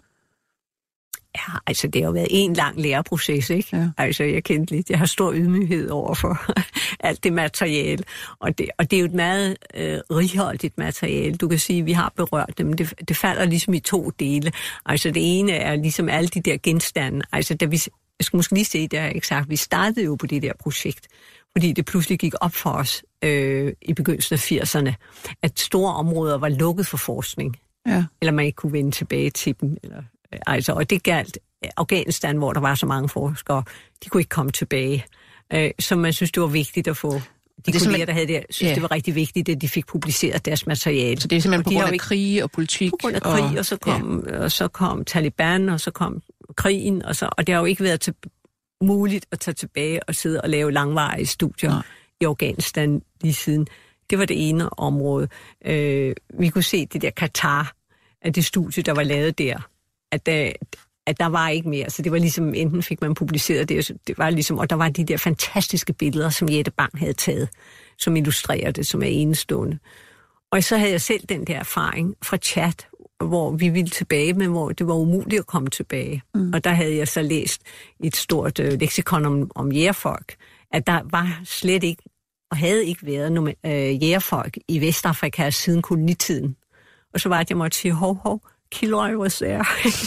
Ja, altså det har jo været en lang læreproces, ikke? Ja. Altså jeg kendte lidt, jeg har stor ydmyghed over for alt det materiale, og det, og det er jo et meget øh, righoldigt materiale. Du kan sige, at vi har berørt dem, det, det falder ligesom i to dele. Altså det ene er ligesom alle de der genstande, altså da vi... Jeg skal måske lige se det her eksakt. Vi startede jo på det der projekt, fordi det pludselig gik op for os øh, i begyndelsen af firserne, at store områder var lukket for forskning. Ja. Eller man ikke kunne vende tilbage til dem. Eller, øh, altså, og det galt Afghanistan, hvor der var så mange forskere, de kunne ikke komme tilbage. Øh, så man synes, det var vigtigt at få... De kolleger, der havde det, synes, yeah. det var rigtig vigtigt, at de fik publiceret deres materiale. Så det er simpelthen på grund af ikke, krig og politik? På grund af krig, og, og, så, kom, yeah. og så kom Taliban, og så kom krigen, og, så, og det har jo ikke været til, muligt at tage tilbage og sidde og lave langvarige studier Nej. i Afghanistan lige siden. Det var det ene område. Øh, vi kunne se det der Katar, at det studie, der var lavet der, at der, at der var ikke mere. Så det var ligesom, enten fik man publiceret det, det var ligesom, og der var de der fantastiske billeder, som Jette Bang havde taget, som illustrerer det, som er enestående. Og så havde jeg selv den der erfaring fra Tchad, hvor vi ville tilbage, men hvor det var umuligt at komme tilbage. Mm. Og der havde jeg så læst et stort øh, leksikon om, om jægerfolk, at der var slet ikke, og havde ikke været nogen øh, jægerfolk i Vestafrika siden kolonitiden. Og så var det, at jeg måtte sige, hov, hov, Kilroy was there.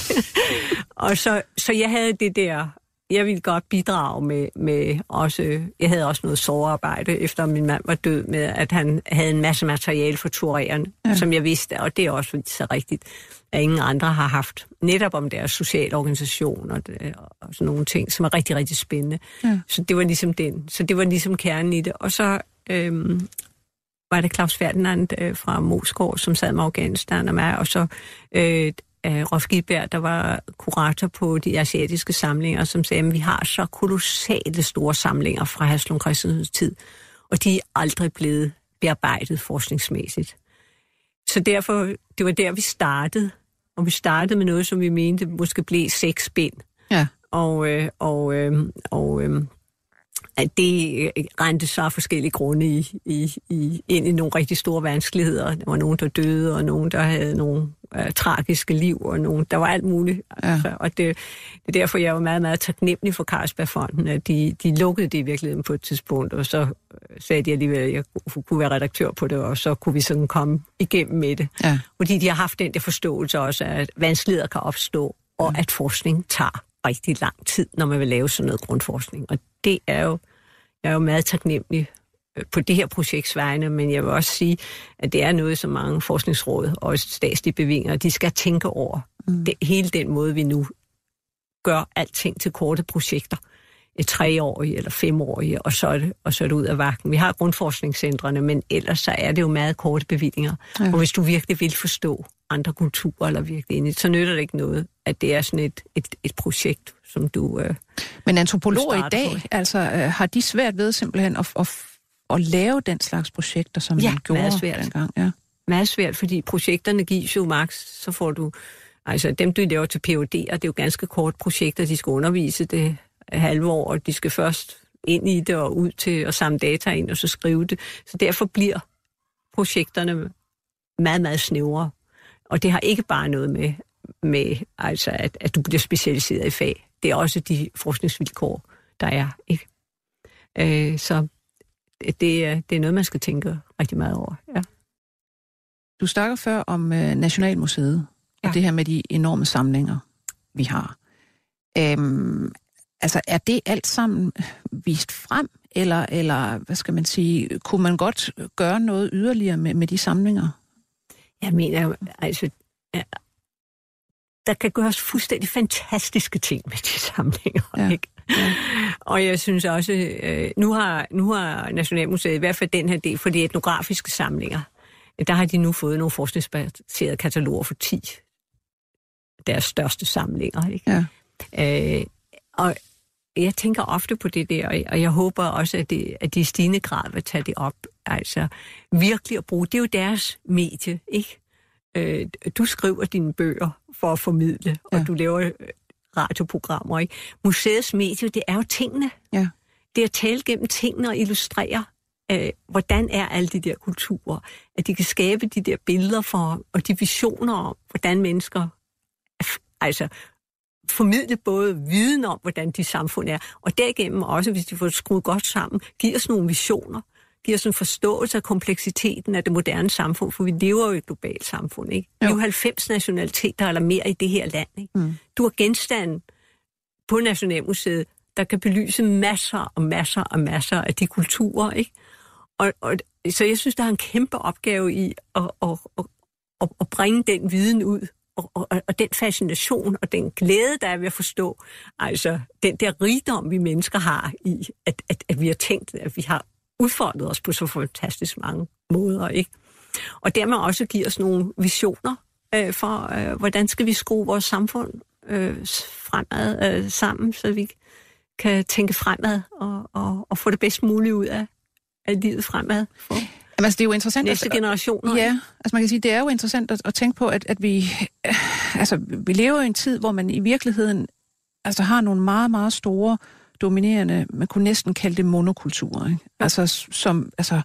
Og så, så jeg havde det der, jeg ville godt bidrage med, med også, jeg havde også noget sårarbejde, efter min mand var død, med at han havde en masse materiale for tureren, ja. som jeg vidste, og det er også så rigtigt, at ingen andre har haft, netop om deres sociale organisation og, det, og sådan nogle ting, som er rigtig, rigtig spændende. Ja. Så det var ligesom den, så det var ligesom kernen i det. Og så øhm, var det Claus Ferdinand øh, fra Moskov, som sad med Afghanistan og mig, og så øh, Rolf Gilbert, der var kurator på de asiatiske samlinger, som sagde, at vi har så kolossale store samlinger fra Haslund Christensens tid, og de er aldrig blevet bearbejdet forskningsmæssigt. Så derfor, det var der, vi startede, og vi startede med noget, som vi mente måske blev seks bind. Ja. Og, øh, og, øh, og øh, at det rendte så forskellige grunde i, i, i, ind i nogle rigtig store vanskeligheder. Der var nogen, der døde, og nogen, der havde nogle uh, tragiske liv, og nogen, der var alt muligt. Ja. Altså, og det, det er derfor, jeg var meget, meget taknemmelig for Carlsbergfonden, at de, de lukkede det i virkeligheden på et tidspunkt, og så sagde de alligevel, at jeg kunne være redaktør på det, og så kunne vi sådan komme igennem med det. Ja. Fordi de har haft den der forståelse også, at vanskeligheder kan opstå, og ja. at forskning tager rigtig lang tid, når man vil lave sådan noget grundforskning. Og det er jo, jeg er jo meget taknemmelig på det her projekts vegne, men jeg vil også sige, at det er noget, som mange forskningsråd og statslige bevillinger, de skal tænke over. Mm. Det, hele den måde, vi nu gør alting til korte projekter, et treårige eller femårige, og så er det, og så er det ud af vagten. Vi har grundforskningscentrene, men ellers så er det jo meget korte bevillinger. Ja. Og hvis du virkelig vil forstå andre kulturer, eller virkelig ind i, så nytter det ikke noget, at det er sådan et, et, et projekt, som du øh, Men antropologer i dag, på. altså øh, har de svært ved simpelthen at, at, at lave den slags projekter, som ja, man gjorde dengang? Ja, meget svært, fordi projekterne gives jo max, så får du, altså dem du laver til P H D'er, det er jo ganske kort projekter, de skal undervise det halve år, og de skal først ind i det og ud til at samle data ind og så skrive det. Så derfor bliver projekterne meget, meget snævre. Og det har ikke bare noget med, med altså at, at du bliver specialiseret i fag. Det er også de forskningsvilkår, der er. Ikke? Øh, så det er, det er noget, man skal tænke rigtig meget over. Ja. Du snakker før om øh, Nationalmuseet, ja. Og det her med de enorme samlinger, vi har. Øhm, altså, er det alt sammen vist frem, eller, eller hvad skal man sige, kunne man godt gøre noget yderligere med, med de samlinger? Jeg mener, altså, ja, der kan gøres fuldstændig fantastiske ting med de samlinger, ja. Ikke? Ja. Og jeg synes også, øh, nu, har, nu har Nationalmuseet, i hvert fald den her del, for de etnografiske samlinger, der har de nu fået nogle forskningsbaserede kataloger for ti deres største samlinger. Ikke? Ja. Øh, og jeg tænker ofte på det der, og jeg håber også, at, det, at de i stigende grad vil tage det op. Altså virkelig at bruge, det er jo deres medie, ikke? Øh, du skriver dine bøger for at formidle, ja. Og du laver radioprogrammer, ikke? Museets medie, det er jo tingene. Ja. Det er at tale gennem tingene og illustrere, øh, hvordan er alle de der kulturer. At de kan skabe de der billeder for, og de visioner om, hvordan mennesker, altså formidle både viden om, hvordan de samfund er, og derigennem også, hvis de får skruet godt sammen, giver os nogle visioner, giver os en forståelse af kompleksiteten af det moderne samfund, for vi lever jo i et globalt samfund, ikke? Jo. Vi er jo halvfems nationaliteter eller mere i det her land, ikke? Mm. Du har genstande på Nationalmuseet, der kan belyse masser og masser og masser af de kulturer, ikke? Og, og, så jeg synes, der er en kæmpe opgave i at, at, at, at, at bringe den viden ud, og, og, og den fascination og den glæde, der er ved at forstå, altså den der rigdom, vi mennesker har i, at, at, at vi har tænkt, at vi har udfordret os på så fantastisk mange måder, ikke? Og dermed også giver os nogle visioner øh, for, øh, hvordan skal vi skrue vores samfund øh, fremad øh, sammen, så vi kan tænke fremad og, og, og få det bedst mulige ud af, af livet fremad for Jamen, altså, det er jo interessant, næste at, generationer. Ja, altså man kan sige, det er jo interessant at, at tænke på, at, at vi, øh, altså, vi lever i en tid, hvor man i virkeligheden altså, har nogle meget, meget store dominerende, man kunne næsten kalde det monokultur, ikke? Ja. Altså, som, altså,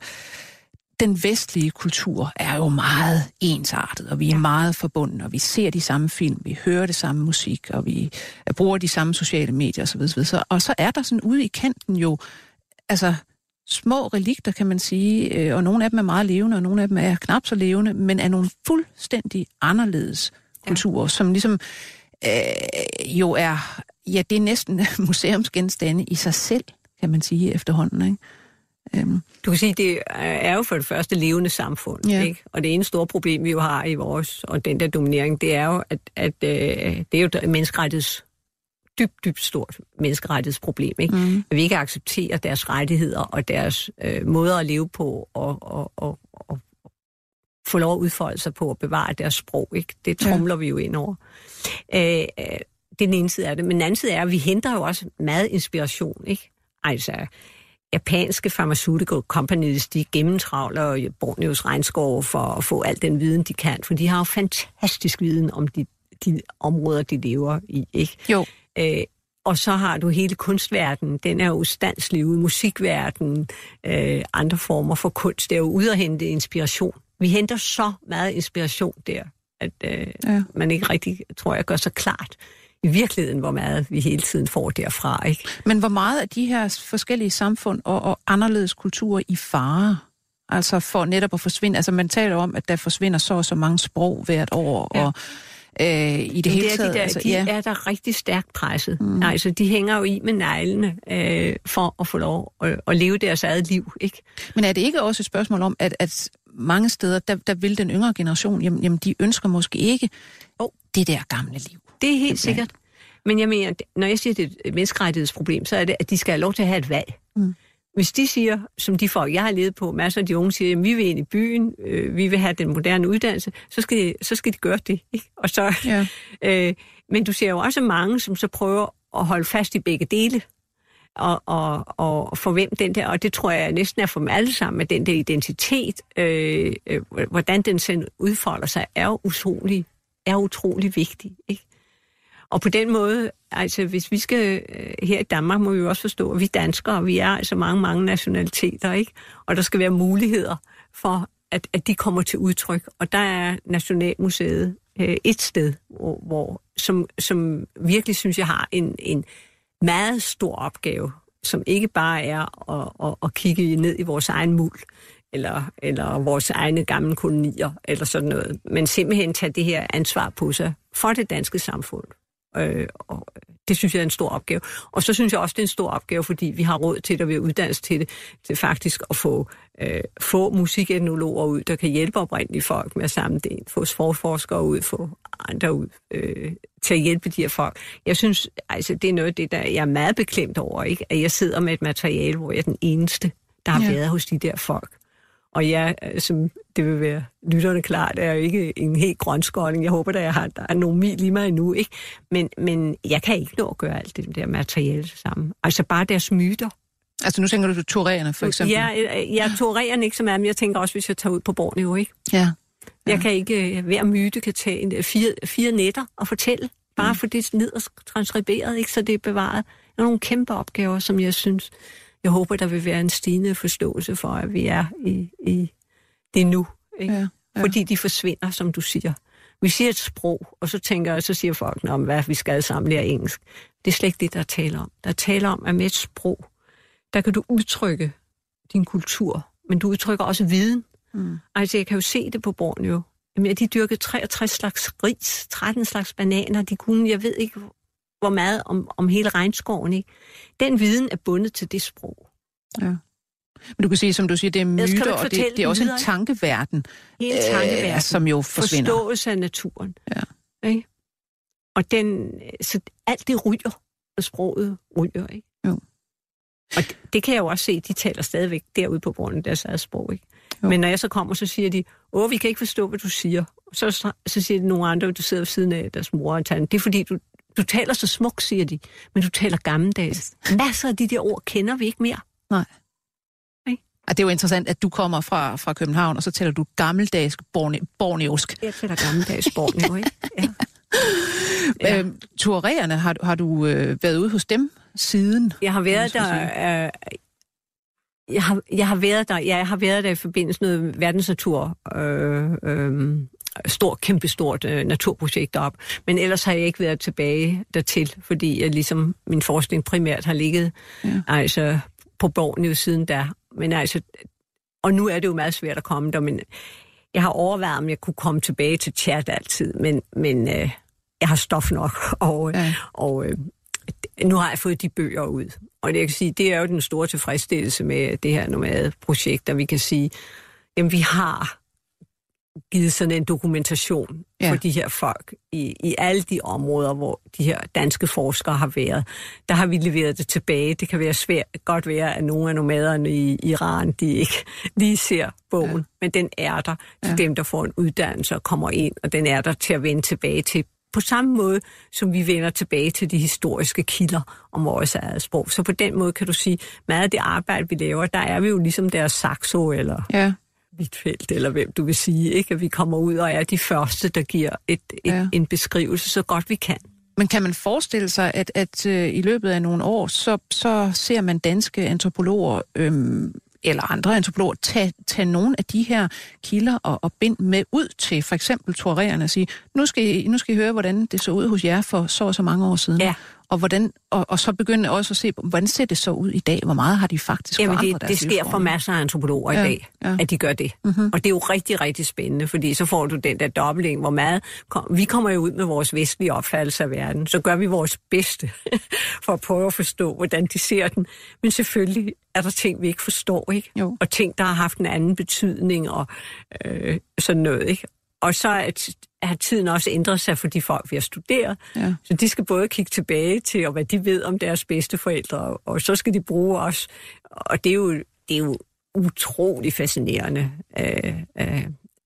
den vestlige kultur er jo meget ensartet, og vi er ja. meget forbundne, og vi ser de samme film, vi hører det samme musik, og vi bruger de samme sociale medier osv. osv. Og så er der sådan ude i kanten jo, altså, små relikter, kan man sige, og nogle af dem er meget levende, og nogle af dem er knap så levende, men er nogle fuldstændig anderledes kulturer, ja. som ligesom øh, jo er, ja, det er næsten museumsgenstande i sig selv, kan man sige efterhånden, ikke? Um. Du kan sige, det er jo for det første levende samfund, ja. Ikke? Og det ene store problem, vi jo har i vores, og den der dominering, det er jo, at, at øh, det er jo et menneskerettigheds, dybt, dybt stort menneskerettighedsproblem, ikke? Mm. At vi ikke accepterer deres rettigheder og deres øh, måder at leve på, og, og, og, og få lov at udfolde sig på, og bevare deres sprog, ikke? Det trumler ja. vi jo ind over. Øh, det er den ene side af det, men den anden side er, at vi henter jo også meget inspiration, ikke? Altså, japanske pharmaceutical companies, de gennemtravler Borneos regnskov for at få al den viden, de kan, for de har jo fantastisk viden om de, de områder, de lever i, ikke? Jo. Øh, og så har du hele kunstverdenen, den er jo standslig ude, musikverdenen, øh, andre former for kunst, det er jo ude at hente inspiration. Vi henter så meget inspiration der, at øh, ja. man ikke rigtig, tror jeg, gør så klart i virkeligheden, hvor meget vi hele tiden får derfra, ikke? Men hvor meget af de her forskellige samfund og, og anderledes kulturer i fare, altså for netop at forsvinde, altså man taler om, at der forsvinder så og så mange sprog hvert år, ja. og øh, i det, det hele taget... De, der, altså, de ja. er der rigtig stærkt presset. Mm. Altså, de hænger jo i med neglene øh, for at få lov at, at leve deres eget liv, ikke? Men er det ikke også et spørgsmål om, at, at mange steder, der, der vil den yngre generation, jamen, jamen de ønsker måske ikke oh. det der gamle liv? Det er helt det sikkert. Men jeg mener, når jeg siger, at det er et menneskerettighedsproblem, så er det, at de skal have lov til at have et valg. Mm. hvis de siger, som de folk, jeg har levet på, masser af de unge siger, at vi vil ind i byen, øh, vi vil have den moderne uddannelse, så skal de, så skal de gøre det. Ikke? Og så, ja. øh, men du ser jo også mange, som så prøver at holde fast i begge dele, og, og, og for hvem den der, og det tror jeg næsten er for dem alle sammen, at den der identitet, øh, øh, hvordan den sådan udfolder sig, er jo utrolig, er utrolig vigtig, ikke? Og på den måde, altså hvis vi skal her i Danmark, må vi jo også forstå, at vi danskere, vi er altså mange, mange nationaliteter, ikke? Og der skal være muligheder for, at, at de kommer til udtryk. Og der er Nationalmuseet øh, et sted, hvor, hvor, som, som virkelig, synes jeg, har en, en meget stor opgave, som ikke bare er at, at, at kigge ned i vores egen muld, eller, eller vores egne gamle kolonier, eller sådan noget, men simpelthen tage det her ansvar på sig for det danske samfund. Øh, og det synes jeg er en stor opgave. Og så synes jeg også, det er en stor opgave, fordi vi har råd til det, og vi har uddannelse til det, til faktisk at få, øh, få musiketnologer ud, der kan hjælpe oprindelige folk med at samle det, få forforskere ud, få andre ud øh, til at hjælpe de her folk. Jeg synes, altså det er noget af det, der jeg er meget beklemt over, ikke? At jeg sidder med et materiale, hvor jeg er den eneste, der har ja. været hos de der folk. Og jeg, som det vil være lytterne klart, er jo ikke en helt grønskåring. Jeg håber, at jeg har, der er nogle mil i mig endnu, ikke? Men, men jeg kan ikke nå at gøre alt det der materiale sammen. Altså bare deres myter. Altså nu tænker du på turæerne, for eksempel? Ja, jeg, jeg turæerne ikke så meget, men jeg tænker også, hvis jeg tager ud på Borneo, ikke? Ja. ja. Jeg kan ikke, hver myte kan tage en, fire, fire nætter og fortælle, bare mm. for det ned og transkriberet, ikke? Så det er bevaret. Der er nogle kæmpe opgaver, som jeg synes... Jeg håber, der vil være en stigende forståelse for, at vi er i, i det nu. Ikke? Ja, ja. Fordi de forsvinder, som du siger. Vi siger et sprog, og så tænker jeg, så siger folk, om hvad vi skal sammen lære engelsk. Det er slet ikke det, der taler om. Der taler om, at med et sprog, der kan du udtrykke din kultur, men du udtrykker også viden. Mm. Altså, jeg kan jo se det på Borneo. Jamen, de dyrkede treogtres slags ris, tretten slags bananer. De kunne, jeg ved ikke... hvor meget om, om hele regnskoven, ikke? Den viden er bundet til det sprog. Ja. Men du kan sige, som du siger, det er myter, og det, det er også videre, en tankeverden, hele tankeverden øh, som jo forsvinder. Forståelse af naturen. Ja. Ikke? Og den, så alt det ryger, og sproget ryger, ikke? Jo. Og det, det kan jeg jo også se, de taler stadigvæk derude på grunden af deres eget sprog, ikke? Jo. Men når jeg så kommer, så siger de, åh, vi kan ikke forstå, hvad du siger. Så, så siger de nogle andre, du sidder ved siden af deres mor og tager. Det er fordi, du Du taler så smukt, siger de, men du taler gammeldags. Masser af de der ord kender vi ikke mere. Nej. Okay. Og det er jo interessant, at du kommer fra, fra København, og så taler du gammeldags borne, borneosk. Jeg taler gammeldags borneo, ikke? Ja. ja. Øhm, tuaregerne, har, har du øh, været ude hos dem siden? Jeg har været der... Øh, jeg, har, jeg har været der, ja, jeg har været der i forbindelse med verdensnatur... Øh, øh, stort, kæmpestort øh, naturprojekt op. Men ellers har jeg ikke været tilbage dertil, fordi jeg ligesom min forskning primært har ligget ja. altså på Borneo siden der. Men altså, og nu er det jo meget svært at komme der, men jeg har overvejet, om jeg kunne komme tilbage til Tchad altid, men, men øh, jeg har stof nok, og, ja. og øh, nu har jeg fået de bøger ud. Og det, jeg kan sige, det er jo den store tilfredsstillelse med det her nomade-projekt, der vi kan sige, jamen vi har givet sådan en dokumentation ja. for de her folk i, i alle de områder, hvor de her danske forskere har været. Der har vi leveret det tilbage. Det kan være svært, godt være, at nogle af nomaderne i Iran, de ikke lige ser bogen, ja. men den er der til ja. dem, der får en uddannelse og kommer ind, og den er der til at vende tilbage til. På samme måde, som vi vender tilbage til de historiske kilder om vores eget sprog. Så på den måde kan du sige, meget af det arbejde, vi laver, der er vi jo ligesom deres Saxo, eller... Ja. Hvitfeldt, eller hvem du vil sige, ikke? At vi kommer ud og er de første, der giver et, et, ja. en beskrivelse så godt vi kan. Men kan man forestille sig, at, at uh, i løbet af nogle år, så, så ser man danske antropologer, øhm, eller andre antropologer, tage, tage nogle af de her kilder og, og bind med ud til for eksempel tuaregerne og sige, nu skal, I, nu skal I høre, hvordan det så ud hos jer for så og så mange år siden. Ja. Og, hvordan, og, og så begynde også at se, hvordan ser det så ud i dag? Hvor meget har de faktisk Jamen forandret det, deres det sker for masser af antropologer ja, i dag, ja. at de gør det. Mm-hmm. Og det er jo rigtig, rigtig spændende, fordi så får du den der dobbling, hvor meget... Kom, vi kommer jo ud med vores vestlige opfattelse af verden, så gør vi vores bedste for at prøve at forstå, hvordan de ser den. Men selvfølgelig er der ting, vi ikke forstår, ikke? Jo. Og ting, der har haft en anden betydning og øh, sådan noget, ikke? og så at, har tiden også ændret sig for de folk, vi har studeret. Ja. Så de skal både kigge tilbage til, og hvad de ved om deres bedsteforældre, og, og så skal de bruge os. Og det er jo, det er jo utrolig fascinerende øh, øh,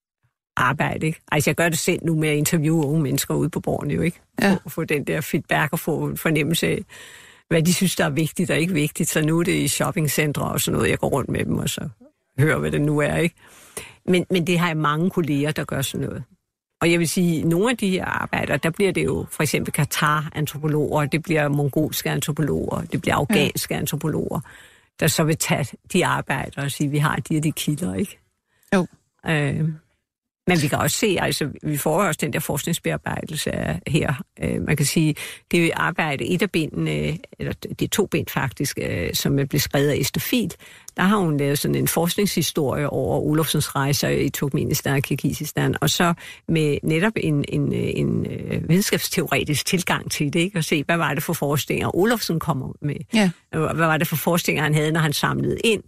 arbejde, ikke? Altså, jeg gør det selv nu med at interviewe unge mennesker ude på Borneo, ikke? Ja. For, for den der feedback og få en fornemmelse af, hvad de synes, der er vigtigt og ikke vigtigt. Så nu er det i shoppingcentre og sådan noget, jeg går rundt med dem, og så hører, hvad det nu er, ikke? Men, men det har jeg mange kolleger, der gør sådan noget. Og jeg vil sige, at nogle af de her arbejder, der bliver det jo for eksempel Katar-antropologer, det bliver mongolske antropologer, det bliver afghanske ja. antropologer, der så vil tage de arbejder og sige, at vi har de og de kilder, ikke? Jo. Øh, men vi kan også se, altså vi får også den der forskningsbearbejdelse her. Øh, man kan sige, det er arbejde, et af bindene, eller det er to bind faktisk, øh, som er blevet skrevet af Esther Field. Der har hun lavet sådan en forskningshistorie over Olufsens rejser i Turkmenistan og Kirgisistan, og så med netop en, en, en, en videnskabsteoretisk tilgang til det, ikke? Og se, hvad var det for forestillinger, Olufsen kommer med. Ja. Hvad var det for forestillinger, han havde, når han samlede ind.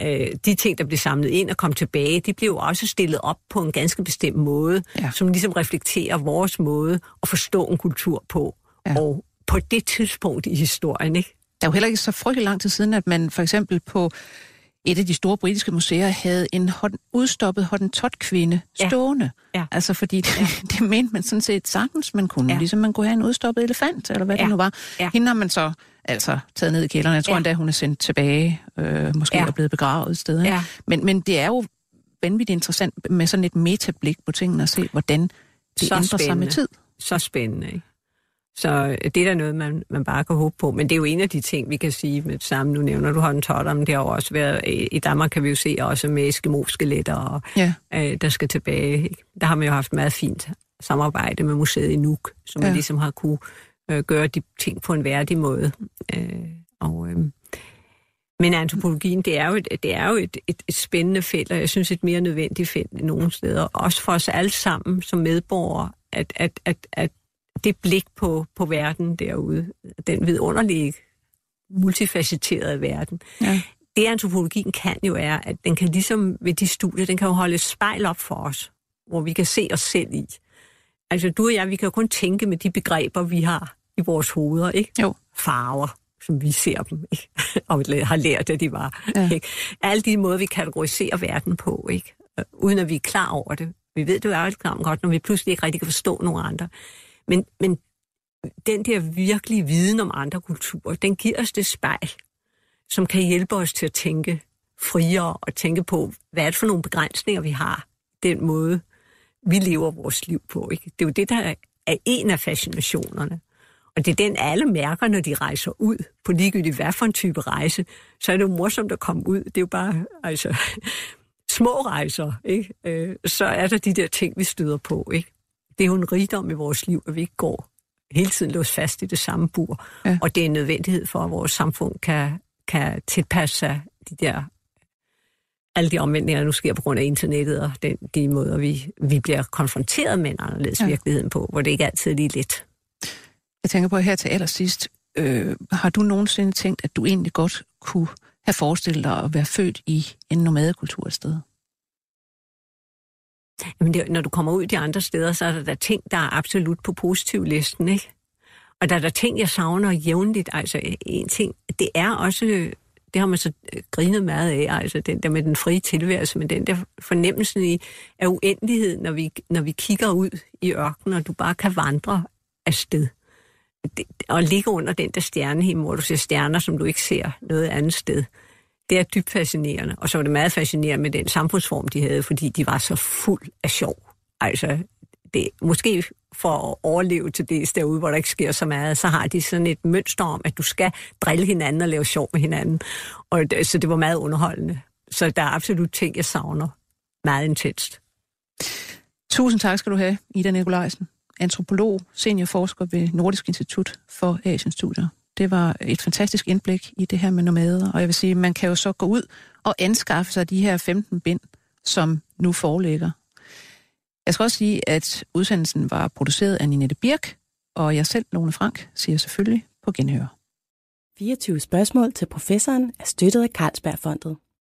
De ting, der blev samlet ind og kom tilbage, de blev jo også stillet op på en ganske bestemt måde, ja. Som ligesom reflekterer vores måde at forstå en kultur på. Ja. Og på det tidspunkt i historien, ikke? Der er jo heller ikke så frygtelig lang tid siden, at man for eksempel på et af de store britiske museer havde en udstoppet Hottentot-kvinde stående. Ja. Ja. Altså fordi det, ja. det mente man sådan set sagtens, man kunne. Ja. Ligesom man kunne have en udstoppet elefant, eller hvad ja. det nu var. Ja. Hende har man så altså taget ned i kælderen. Jeg tror ja. endda, hun er sendt tilbage. Øh, måske ja. er blevet begravet et sted. Ja. Men, men det er jo vanvittigt interessant med sådan et metablik på tingene og se, hvordan det så ændrer sig med tid. Så spændende, ikke? Så det er da noget, man, man bare kan håbe på. Men det er jo en af de ting, vi kan sige med det samme. Nu nævner du Hottentotter, men det har jo også været... I Danmark kan vi jo se også med Eskimo-skeletter, og, ja. øh, der skal tilbage. Ikke? Der har man jo haft meget fint samarbejde med museet i Nuuk, som ja. man ligesom har kunne øh, gøre de ting på en værdig måde. Øh, og, øh, men antropologien, det er jo, et, det er jo et, et, et spændende felt, og jeg synes et mere nødvendigt felt i nogle steder. Også for os alle sammen som medborgere, at, at, at, at det blik på, på verden derude, den vidunderlige, multifacetterede verden. Ja. Det antropologien kan jo er, at den kan ligesom ved de studier, den kan jo holde et spejl op for os, hvor vi kan se os selv i. Altså du og jeg, vi kan jo kun tænke med de begreber, vi har i vores hoveder, ikke? Jo. Farver, som vi ser dem, ikke? Og har lært, at de var. Ja. Ikke? Alle de måder, vi kategoriserer verden på, ikke? Uden at vi er klar over det. Vi ved det jo ærligt godt, når vi pludselig ikke rigtig kan forstå nogen andre. Men, men den der virkelige viden om andre kulturer, den giver os det spejl, som kan hjælpe os til at tænke friere og tænke på, hvad er det for nogle begrænsninger, vi har, den måde, vi lever vores liv på. Ikke? Det er jo det, der er en af fascinationerne. Og det er den, alle mærker, når de rejser ud, på ligegyldigt hvad for en type rejse, så er det jo morsomt at komme ud. Det er jo bare altså, små rejser, ikke? Øh, så er der de der ting, vi støder på, ikke? Det er jo en rigdom i vores liv, at vi ikke går hele tiden låst fast i det samme bur. Ja. Og det er en nødvendighed for, at vores samfund kan, kan tilpasse sig de der, alle de omvendninger, der nu sker på grund af internettet, og den, de måder, vi, vi bliver konfronteret med en anderledes ja. virkeligheden på, hvor det ikke altid er lige let. Jeg tænker på her til allersidst, øh, har du nogensinde tænkt, at du egentlig godt kunne have forestillet dig at være født i en nomadekultur et sted? Jamen det, når du kommer ud de andre steder, så er der, der ting, der er absolut på positivlisten, ikke? Og der er der ting, jeg savner jævnligt. Altså en ting, det er også, det har man så grinet meget af, altså den der med den frie tilværelse, men den der fornemmelsen i, af uendelighed, når vi, når vi kigger ud i ørkenen, og du bare kan vandre afsted. Det, og ligge under den der stjernehimmel, hvor du ser stjerner, som du ikke ser noget andet sted. Det er dybt fascinerende. Og så var det meget fascinerende med den samfundsform, de havde, fordi de var så fuld af sjov. Altså, det, måske for at overleve til det derude, hvor der ikke sker så meget, så har de sådan et mønster om, at du skal drille hinanden og lave sjov med hinanden. Og det, så det var meget underholdende. Så der er absolut ting, jeg savner meget intenst. Tusind tak skal du have, Ida Nikolajsen. Antropolog, seniorforsker ved Nordisk Institut for Asienstudier. Det var et fantastisk indblik i det her med nomader, og jeg vil sige, man kan jo så gå ud og anskaffe sig de her femten bind, som nu foreligger. Jeg skal også sige, at udsendelsen var produceret af Ninette Birk, og jeg selv, Lone Frank, siger selvfølgelig på genhør. fireogtyve spørgsmål til professoren er støttet af Carlsbergfondet.